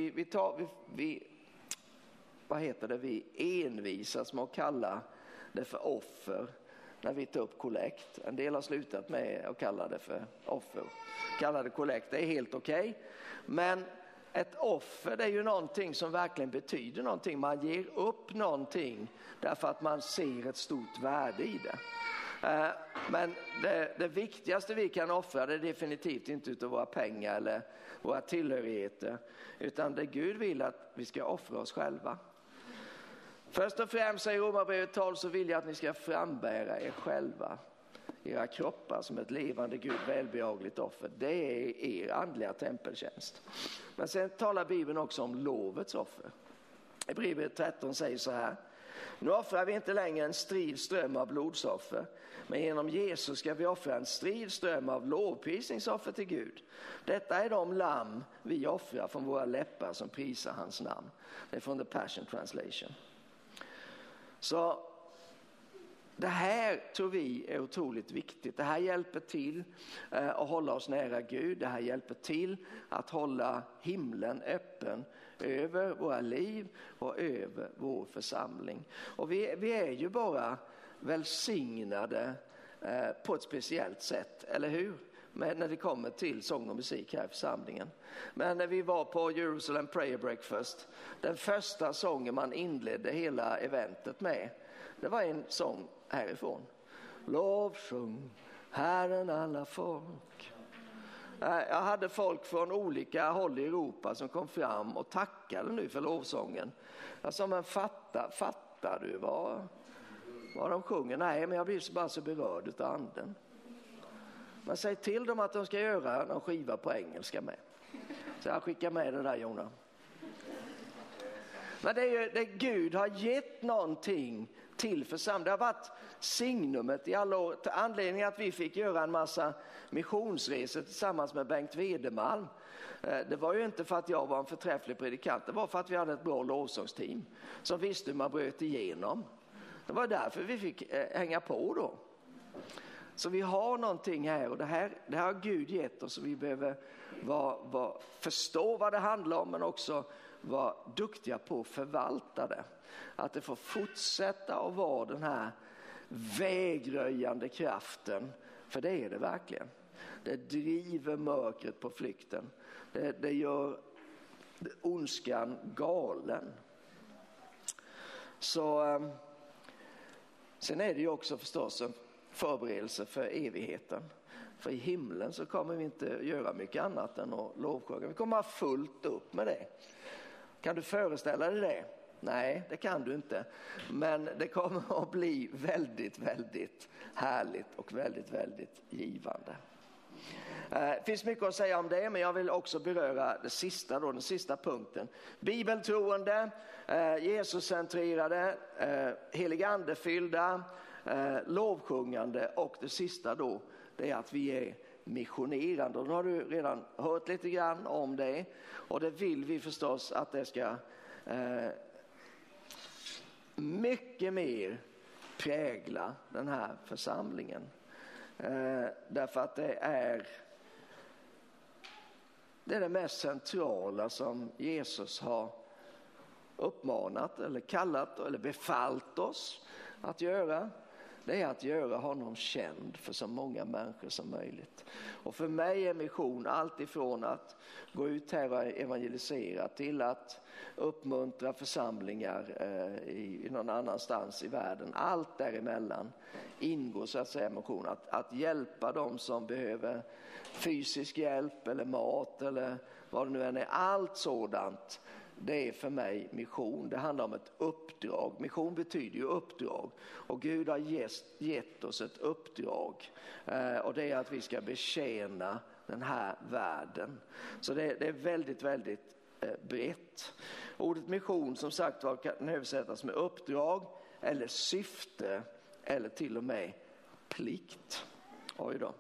vi envisas med att kalla det för offer när vi tar upp kollekt. En del har slutat med att kalla det för offer. Kalla det kollekt, det är helt okej. Men ett offer, det är ju någonting som verkligen betyder någonting. Man ger upp någonting därför att man ser ett stort värde i det. Men det viktigaste vi kan offra, det är definitivt inte utav våra pengar eller våra tillhörigheter, utan det Gud vill att vi ska offra oss själva. Först och främst, säger Romarbrevet 12, så vill jag att ni ska frambära er själva, era kroppar, som ett levande Gud välbehagligt offer. Det är er andliga tempeltjänst. Men sen talar Bibeln också om lovets offer. I Hebreerbrevet 13 säger så här: nu offrar vi inte längre en strid ström av blodsoffer, men genom Jesus ska vi offra en strid ström av lovprisningsoffer till Gud. Detta är de lamm vi offrar från våra läppar som prisar hans namn. Det är från The Passion Translation. Så det här tror vi är otroligt viktigt. Det här hjälper till att hålla oss nära Gud. Det här hjälper till att hålla himlen öppen över våra liv och över vår församling. Och vi är ju bara välsignade på ett speciellt sätt, eller hur? Men när det kommer till sång och musik här i församlingen. Men när vi var på Jerusalem Prayer Breakfast, den första sången man inledde hela eventet med, det var en sång härifrån. Lovsjung Herren alla folk. Jag hade folk från olika håll i Europa som kom fram och tackade nu för lovsången. Jag sa, men fattar du vad de sjunger? Nej, men jag blir bara så berörd utav anden. Man säger till dem att de ska göra någon skiva på engelska med. Så jag skickar med det där, Jona. Men det är ju det Gud har gett någonting till församlingen. Det har varit signumet i alla år. Anledningen att vi fick göra en massa missionsresor tillsammans med Bengt Wedemalm. Det var ju inte för att jag var en förträfflig predikant. Det var för att vi hade ett bra lovsångsteam som visste hur man bröt igenom. Det var därför vi fick hänga på då. Så vi har någonting här, och det här har Gud gett oss, och vi behöver förstå vad det handlar om, men också vara duktiga på att förvalta det. Att det får fortsätta att vara den här vägröjande kraften, för det är det verkligen. Det driver mörkret på flykten. Det gör ondskan galen. Så sen är det ju också förstås en förberedelse för evigheten. För i himlen så kommer vi inte göra mycket annat än att lovsjunga. Vi kommer ha fullt upp med det. Kan du föreställa dig det? Nej, det kan du inte. Men det kommer att bli väldigt, väldigt härligt och väldigt, väldigt givande. Det finns mycket att säga om det, men jag vill också beröra den sista punkten. Bibeltroende, Jesuscentrerade, heligandefyllda, lovsjungande, och det sista då, det är att vi är missionerande. Och då har du redan hört lite grann om det, och det vill vi förstås att det ska mycket mer prägla den här församlingen. Därför att det är det mest centrala som Jesus har uppmanat eller kallat eller befallt oss att göra. Det är att göra honom känd för så många människor som möjligt. Och för mig är mission allt ifrån att gå ut här och evangelisera till att uppmuntra församlingar i någon annanstans i världen. Allt däremellan ingår så att säga mission. Att hjälpa dem som behöver fysisk hjälp eller mat eller vad det nu än är. Allt sådant, det är för mig mission. Det handlar om ett uppdrag. Mission betyder ju uppdrag. Och Gud har gett oss ett uppdrag. Och det är att vi ska betjäna den här världen. Så det är väldigt, väldigt brett. Ordet mission som sagt kan översättas med uppdrag eller syfte eller till och med plikt. Oj då.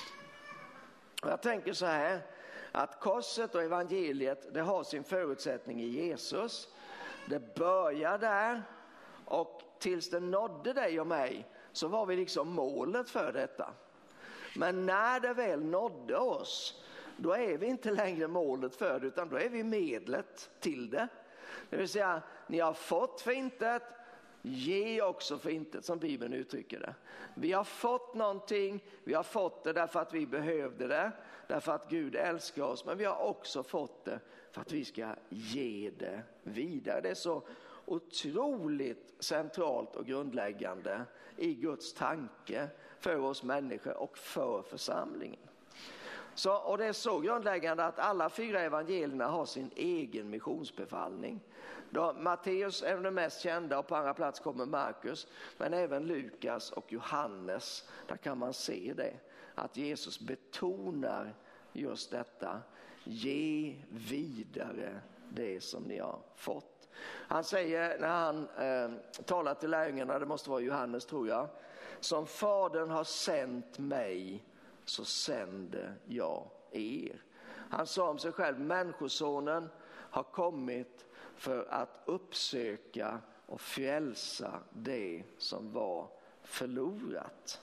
Jag tänker så här, att korset och evangeliet, det har sin förutsättning i Jesus. Det börjar där, och tills det nådde dig och mig så var vi liksom målet för detta. Men när det väl nådde oss, då är vi inte längre målet för det, utan då är vi medlet till det. Det vill säga, ni har fått för intet, ge också för intet, som Bibeln uttrycker det. Vi har fått någonting, vi har fått det därför att vi behövde det, därför att Gud älskar oss, men vi har också fått det för att vi ska ge det vidare. Det är så otroligt centralt och grundläggande i Guds tanke för oss människor och för församlingen. Och det är så grundläggande att alla 4 evangelierna har sin egen missionsbefallning. Matteus är den mest kända, och på andra plats kommer Markus, men även Lukas och Johannes. Där kan man se det, att Jesus betonar just detta: ge vidare det som ni har fått. Han säger när han talar till lärjungarna, det måste vara Johannes tror jag: som Fadern har sänt mig, så sänder jag er. Han sa om sig själv: människosonen har kommit för att uppsöka och frälsa det som var förlorat.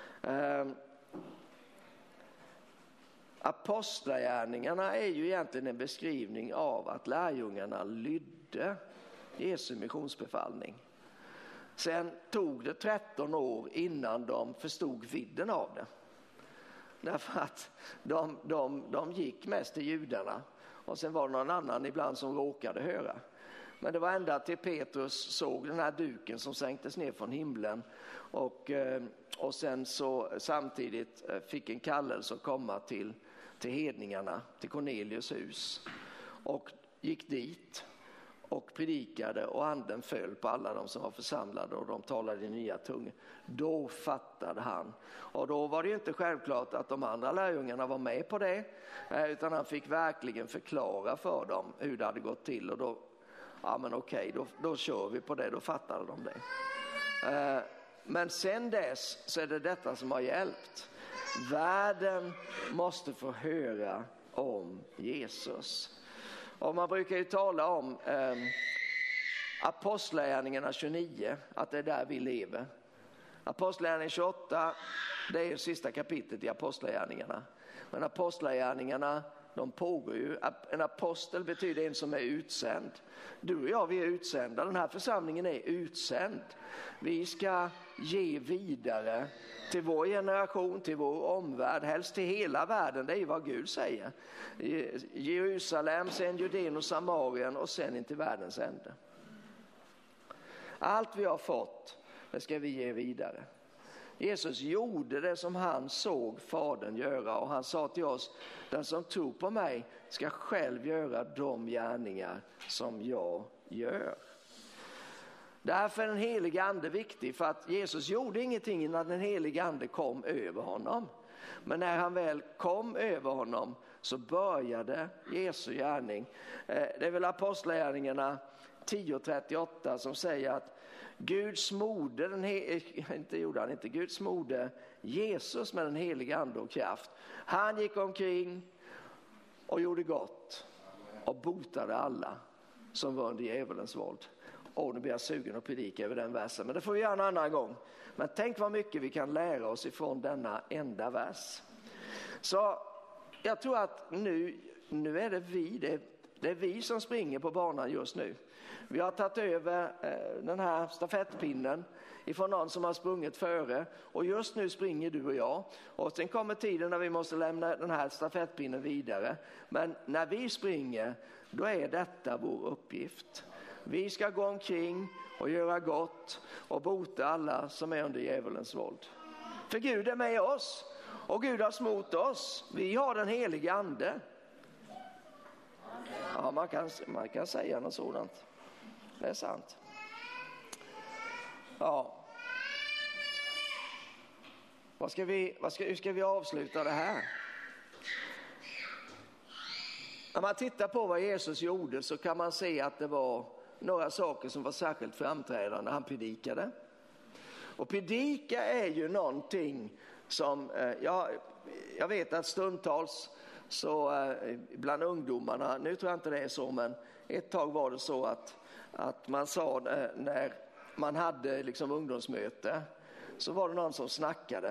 Apostlagärningarna är ju egentligen en beskrivning av att lärjungarna lydde Jesu missionsbefallning. Sen tog det 13 år innan de förstod vidden av det. Därför att de gick mest till judarna och sen var det någon annan ibland som råkade höra. Men det var ända till Petrus såg den här duken som sänktes ner från himlen och sen så samtidigt fick en kallelse att komma till hedningarna, till Cornelius hus, och gick dit och predikade, och anden föll på alla de som var församlade och de talade i nya tungor. Då fattade han. Och då var det ju inte självklart att de andra lärjungarna var med på det, utan han fick verkligen förklara för dem hur det hade gått till, och då, ja men okej, då kör vi på det, då fattade de det. Men sen dess så är det detta som har hjälpt. Världen måste få höra om Jesus. Och man brukar ju tala om Apostlagärningarna 29, att det är där vi lever. Apostlagärningarna 28, det är sista kapitlet i Apostlagärningarna. Men Apostlagärningarna, de pågår ju. En apostel betyder en som är utsänd. Du och jag, vi är utsända. Den här församlingen är utsänd. Vi ska ge vidare till vår generation, till vår omvärld, helst till hela världen. Det är ju vad Gud säger. Jerusalem, sen Judeen och Samarien och sen in till världens ände. Allt vi har fått, det ska vi ge vidare. Jesus gjorde det som han såg Fadern göra, och han sa till oss: den som tror på mig ska själv göra de gärningar som jag gör. Därför är den helige ande viktig, för att Jesus gjorde ingenting innan den helige ande kom över honom. Men när han väl kom över honom så började Jesu gärning. Det är väl Apostlagärningarna 10:38 som säger att Gud smorde Gud smorde Jesus med den heliga ande och kraft. Han gick omkring och gjorde gott och botade alla som var under djävulens våld. Och nu blir jag sugen att predika över den versen, men det får vi göra en annan gång. Men tänk vad mycket vi kan lära oss ifrån denna enda vers. Så jag tror att nu är det är vi som springer på banan just nu. Vi har tagit över den här stafettpinnen ifrån någon som har sprungit före, och just nu springer du och jag. Och sen kommer tiden när vi måste lämna den här stafettpinnen vidare. Men när vi springer, då är detta vår uppgift. Vi ska gå omkring och göra gott och bota alla som är under djävulens våld. För Gud är med oss och Gud har smort oss. Vi har den heliga ande. Ja, man kan säga något sådant. Det är sant. Ja. Hur ska vi avsluta det här? När man tittar på vad Jesus gjorde så kan man se att det var några saker som var särskilt framträdande. Han predikade. Och predika är ju någonting som, jag vet att stundtals så bland ungdomarna, nu tror jag inte det är så, men ett tag var det så att man sa när man hade liksom ungdomsmöte, så var det någon som snackade.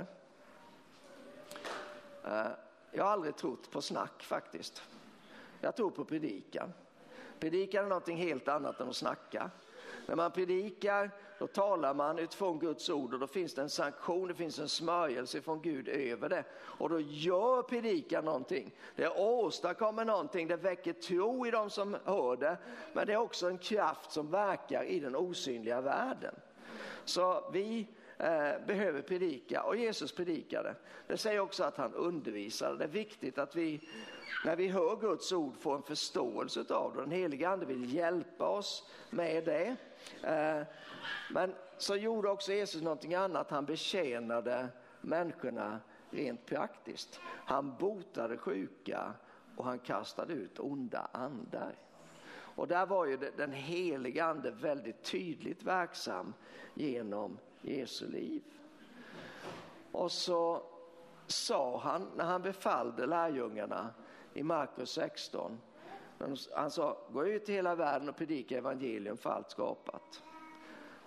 Jag har aldrig trott på snack faktiskt. Jag tror på predikan. Predikan är någonting helt annat än att snacka. När man predikar, då talar man utifrån Guds ord, och då finns det en sanktion, det finns en smörjelse från Gud över det. Och då gör predikan någonting. Det åstadkommer någonting, det väcker tro i de som hör det. Men det är också en kraft som verkar i den osynliga världen. Så vi behöver predika, och Jesus predikade. Det säger också att han undervisade. Det är viktigt att vi, när vi hör Guds ord, får en förståelse av det. Den heliga ande vill hjälpa oss med det. Men så gjorde också Jesus någonting annat. Han betjänade människorna rent praktiskt. Han botade sjuka och han kastade ut onda andar. Och där var ju den heliga ande väldigt tydligt verksam genom Jesu liv. Och så sa han, när han befallde lärjungarna i Markus 16, han sa: gå ut i hela världen och predika evangelium för allt skapat.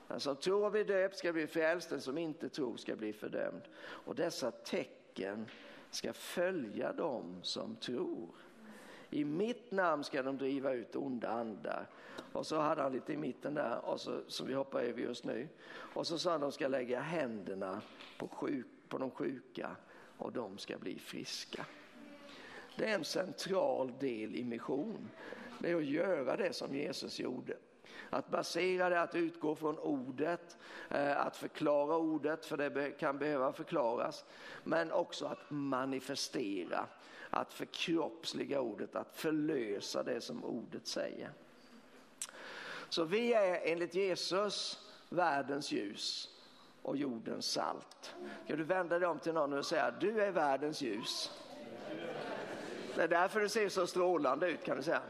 Den som tror och blir döpt ska bli frälst, den som inte tror ska bli fördömd. Och dessa tecken ska följa dem som tror. I mitt namn ska de driva ut onda andar. Och så hade han lite i mitten där, och så, som vi hoppar över just nu. Och så sa han att de ska lägga händerna på de sjuka och de ska bli friska. Det är en central del i mission. Det är att göra det som Jesus gjorde. Att basera det, att utgå från ordet, att förklara ordet, för det kan behöva förklaras. Men också att manifestera, att förkroppsliga ordet, att förlösa det som ordet säger. Så vi är enligt Jesus världens ljus och jordens salt. Ska du vända dig om till någon och säga, du är världens ljus. Det är därför du ser så strålande ut, kan du säga.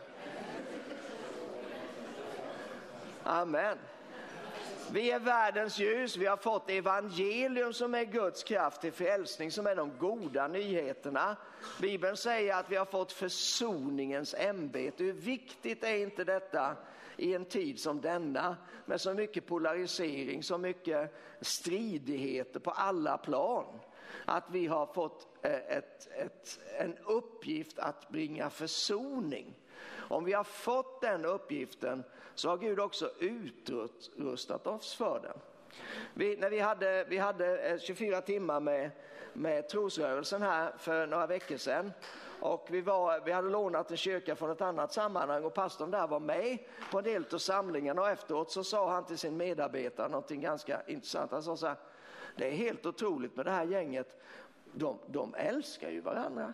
Amen. Vi är världens ljus. Vi har fått evangelium som är Guds kraft till frälsning, som är de goda nyheterna. Bibeln säger att vi har fått försoningens ämbete. Hur viktigt är inte detta i en tid som denna, med så mycket polarisering, så mycket stridigheter på alla plan, att vi har fått en uppgift att bringa försoning. Om vi har fått den uppgiften så har Gud också utrustat oss för den. Vi hade 24 timmar med trosrörelsen här för några veckor sedan. Och vi hade lånat en kyrka från ett annat sammanhang, och pastorn där var med på en del av samlingarna. Och efteråt så sa han till sin medarbetare någonting ganska intressant. Han sa så här, det är helt otroligt med det här gänget. De älskar ju varandra.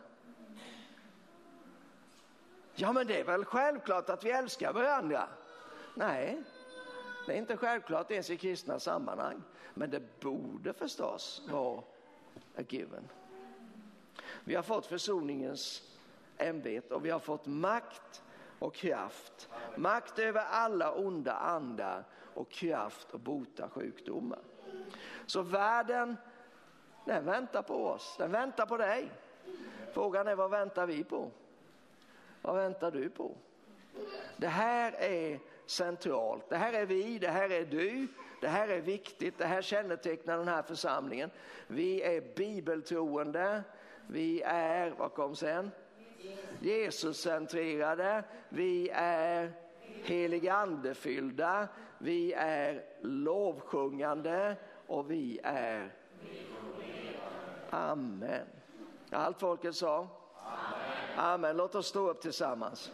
Ja, men det är väl självklart att vi älskar varandra. Nej, det är inte självklart ens i kristna sammanhang. Men det borde förstås vara a given. Vi har fått försoningens ämbete och vi har fått makt och kraft. Makt över alla onda andar och kraft att bota sjukdomar. Så världen, den väntar på oss. Den väntar på dig. Frågan är, vad väntar vi på? Vad väntar du på? Det här är centralt. Det här är vi, det här är du. Det här är viktigt. Det här kännetecknar den här församlingen. Vi är bibeltroende. Vi är, vad kom sen? Jesus-centrerade. Vi är heligandefyllda. Vi är lovsjungande. Och vi är amen. Allt folket sa? Amen. Amen. Låt oss stå upp tillsammans.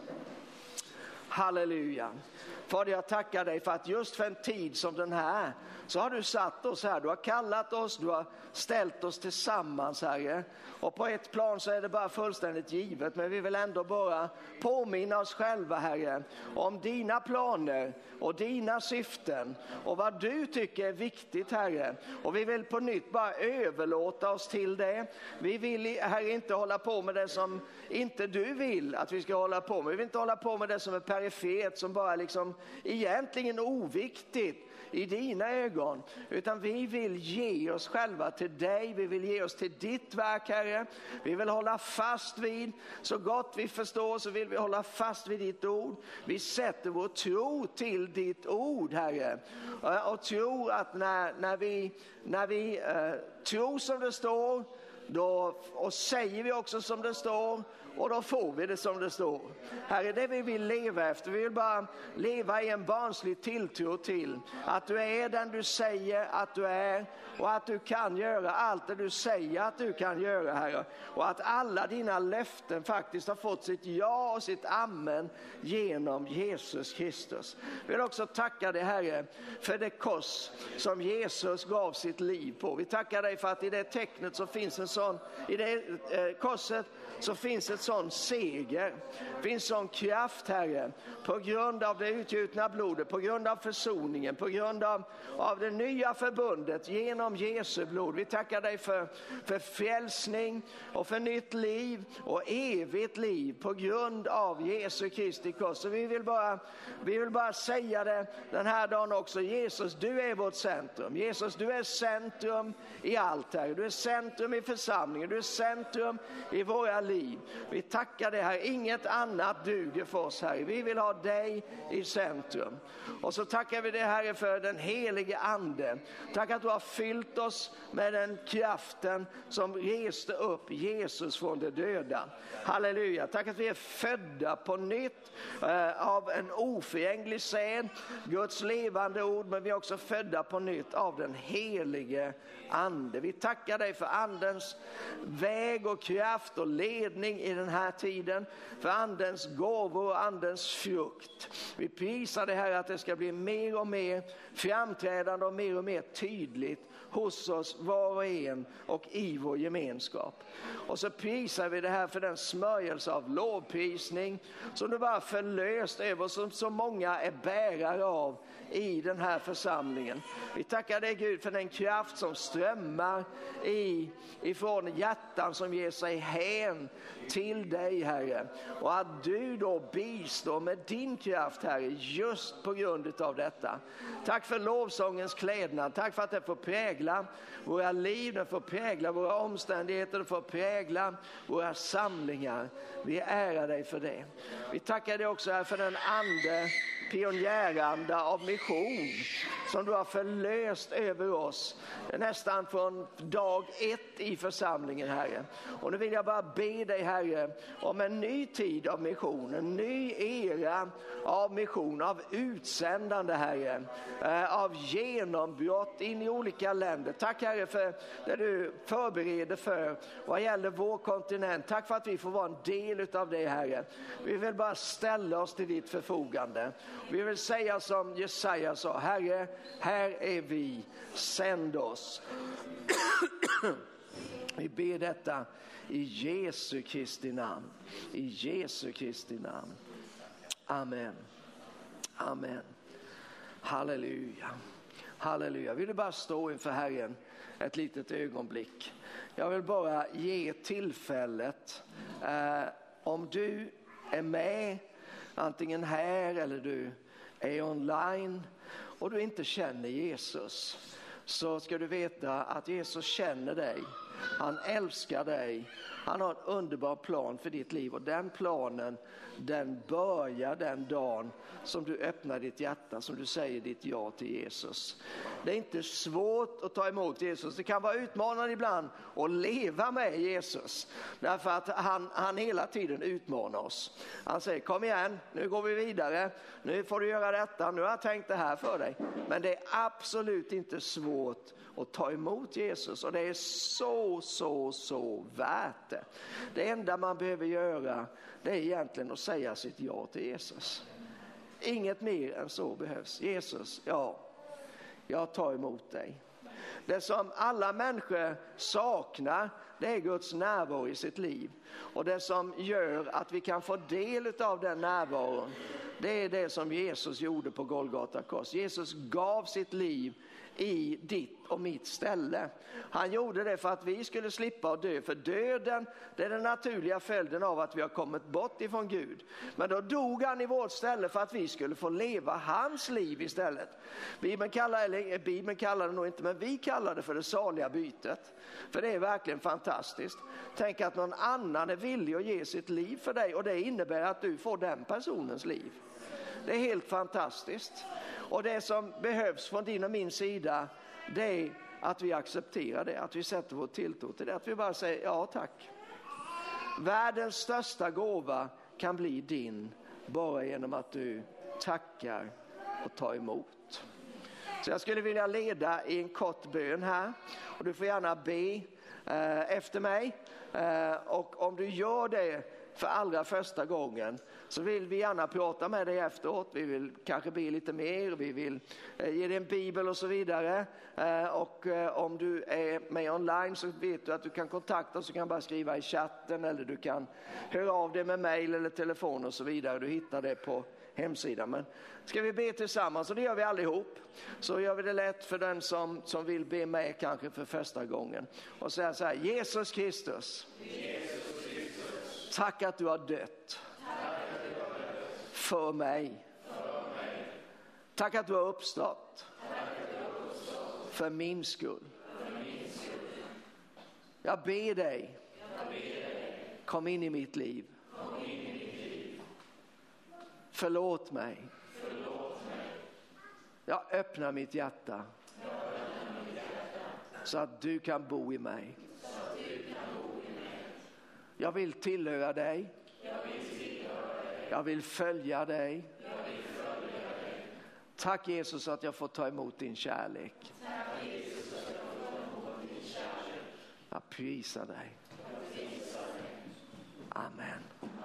Halleluja. Fader, jag tackar dig för att just för en tid som den här så har du satt oss här. Du har kallat oss, du har ställt oss tillsammans, Herre. Och på ett plan så är det bara fullständigt givet. Men vi vill ändå bara påminna oss själva, Herre, om dina planer och dina syften. Och vad du tycker är viktigt, Herre. Och vi vill på nytt bara överlåta oss till det. Vi vill, Herre, inte hålla på med det som inte du vill att vi ska hålla på med. Vi vill inte hålla på med det som är perifert, som bara liksom egentligen oviktigt i dina ögon, utan vi vill ge oss själva till dig. Vi vill ge oss till ditt verk, Herre. Vi vill hålla fast vid, så gott vi förstår så vill vi hålla fast vid ditt ord. Vi sätter vår tro till ditt ord, Herre, och tror att när vi tror som det står, då, och säger vi också som det står, och då får vi det som det står. Herre, det vi vill leva efter. Vi vill bara leva i en barnslig tilltro till att du är den du säger att du är, och att du kan göra allt det du säger att du kan göra, Herre. Och att alla dina löften faktiskt har fått sitt ja och sitt amen genom Jesus Kristus. Vi vill också tacka dig, Herre, för det kors som Jesus gav sitt liv på. Vi tackar dig för att i det tecknet så finns en sån, i det korset så finns ett sån seger, finns sån kraft, Herre, på grund av det utgjutna blodet, på grund av försoningen, på grund av det nya förbundet genom Jesu blod. Vi tackar dig för frälsning och för nytt liv och evigt liv på grund av Jesu Kristi kors. Så vi vill bara säga det den här dagen också. Jesus, du är vårt centrum. Jesus, du är centrum i allt, Herre. Du är centrum i församlingen. Du är centrum i våra liv. Vi tackar dig här, inget annat duger för oss här. Vi vill ha dig i centrum. Och så tackar vi dig Herre för den helige ande. Tack att du har fyllt oss med den kraften som reste upp Jesus från de döda. Halleluja, tack att vi är födda på nytt av en oförgänglig säd, Guds levande ord, men vi är också födda på nytt av den helige ande. Vi tackar dig för andens väg och kraft och ledning i den här tiden, för andens gåvor och andens frukt. Vi prisar det här att det ska bli mer och mer framträdande och mer tydligt hos oss var och en och i vår gemenskap. Och så prisar vi det här för den smörjelse av lovprisning som du bara förlöst över, som så många är bärare av i den här församlingen. Vi tackar dig Gud för den kraft som strömmar ifrån hjärtan som ger sig hän till dig Herre. Och att du då bistår med din kraft Herre just på grund av detta. Tack för lovsångens klädnad. Tack för att det får prägla våra liv, det får prägla våra omständigheter, det får prägla våra samlingar. Vi ärar dig för det. Vi tackar dig också här för den ande, pionjäranda av mission som du har förlöst över oss nästan från dag 1 i församlingen Herre. Och nu vill jag bara be dig Herre om en ny tid av mission, en ny era av mission, av utsändande Herre, av genombrott in i olika länder. Tack Herre för det du förbereder för vad gäller vår kontinent. Tack för att vi får vara en del av det Herre. Vi vill bara ställa oss till ditt förfogande. Vi vill säga som Jesaja sa, Herre, här är vi, sänd oss. Vi ber detta i Jesu Kristi namn. I Jesu Kristi namn. Amen. Amen. Halleluja. Halleluja. Vill du bara stå inför Herren ett litet ögonblick. Jag vill bara ge tillfället. Om du är med antingen här eller du är online och du inte känner Jesus, så ska du veta att Jesus känner dig. Han älskar dig. Han har en underbar plan för ditt liv, och den planen, den börjar den dagen som du öppnar ditt hjärta, som du säger ditt ja till Jesus. Det är inte svårt att ta emot Jesus. Det kan vara utmanande ibland att leva med Jesus, därför att han hela tiden utmanar oss. Han säger, kom igen, nu går vi vidare, nu får du göra detta, nu har jag tänkt det här för dig. Men det är absolut inte svårt att ta emot Jesus, och det är så värt det. Det enda man behöver göra, det är egentligen att säga sitt ja till Jesus. Inget mer än så behövs. Jesus, ja, jag tar emot dig. Det som alla människor saknar, det är Guds närvaro i sitt liv. Och det som gör att vi kan få del av den närvaron, det är det som Jesus gjorde på Golgata kors. Jesus gav sitt liv i ditt och mitt ställe. Han gjorde det för att vi skulle slippa att dö. För döden, det är den naturliga följden av att vi har kommit bort ifrån Gud. Men då dog han i vårt ställe för att vi skulle få leva hans liv istället. Bibeln kallar det nog inte, men vi kallar det för det saliga bytet. För det är verkligen fantastiskt. Tänk att någon annan är villig att ge sitt liv för dig, och det innebär att du får den personens liv. Det är helt fantastiskt. Och det som behövs från din och min sida, det är att vi accepterar det, att vi sätter vår tilltro till det, att vi bara säger ja tack. Världens största gåva kan bli din bara genom att du tackar och tar emot. Så jag skulle vilja leda i en kort bön här, och du får gärna be efter mig. Och om du gör det för allra första gången, så vill vi gärna prata med dig efteråt. Vi vill kanske be lite mer, vi vill ge dig en bibel och så vidare. Och om du är med online, så vet du att du kan kontakta oss. Du kan bara skriva i chatten, eller du kan höra av dig med mejl eller telefon och så vidare. Du hittar det på hemsidan. Men ska vi be tillsammans, och det gör vi allihop. Så gör vi det lätt för den som vill be med kanske för första gången. Och säga så här: Jesus Kristus, tack att du har dött för mig. Tack att du har uppstått för min skull. Jag ber dig, Kom in i mitt liv. Förlåt mig. Jag öppnar mitt hjärta. Så att du kan bo i mig. Jag vill tillhöra dig. Jag vill följa dig. Tack Jesus att jag får ta emot din kärlek. Jag prisar dig. Amen.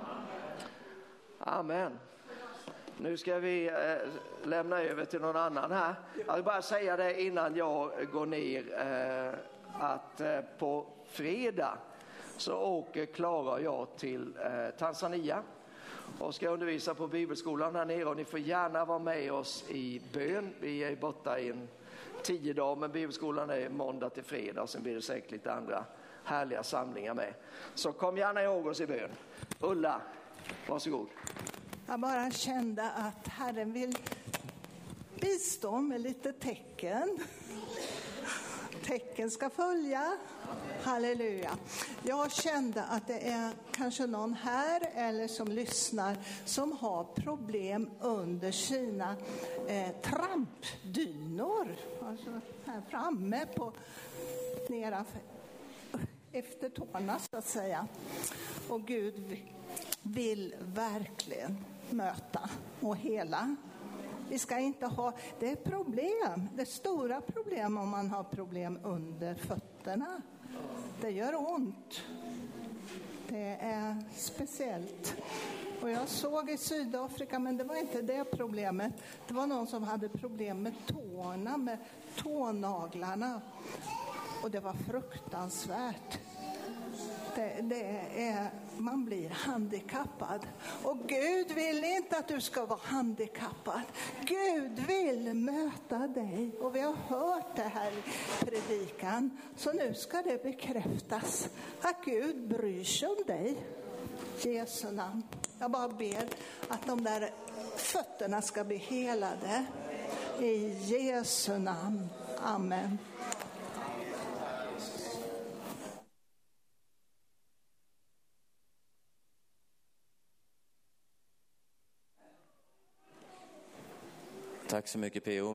Amen. Nu ska vi lämna över till någon annan här. Jag vill bara säga det innan jag går ner att på fredag så åker Klara och jag till Tanzania och ska undervisa på bibelskolan här nere, och ni får gärna vara med oss i bön. Vi är borta i 10 dagar, men bibelskolan är måndag till fredag och sen blir det säkert lite andra härliga samlingar med. Så kom gärna ihåg oss i bön. Ulla, varsågod. Jag bara kände att Herren vill bistå med lite tecken. Tecken ska följa. Halleluja. Jag kände att det är kanske någon här eller som lyssnar som har problem under sina trampdynor. Alltså här framme på nedanför efter tårna så att säga. Och Gud vill verkligen möta och hela. Vi ska inte ha, det är problem, det är stora problem om man har problem under fötterna. Det gör ont. Det är speciellt. Och jag såg i Sydafrika, men det var inte det problemet. Det var någon som hade problem med tårna, med tånaglarna. Och det var fruktansvärt. Man blir handikappad. Och Gud vill inte att du ska vara handikappad. Gud vill möta dig. Och vi har hört det här i predikan. Så nu ska det bekräftas att Gud bryr sig om dig. Jesu namn. Jag bara ber att de där fötterna ska bli helade. I Jesu namn. Amen. Tack så mycket P.O.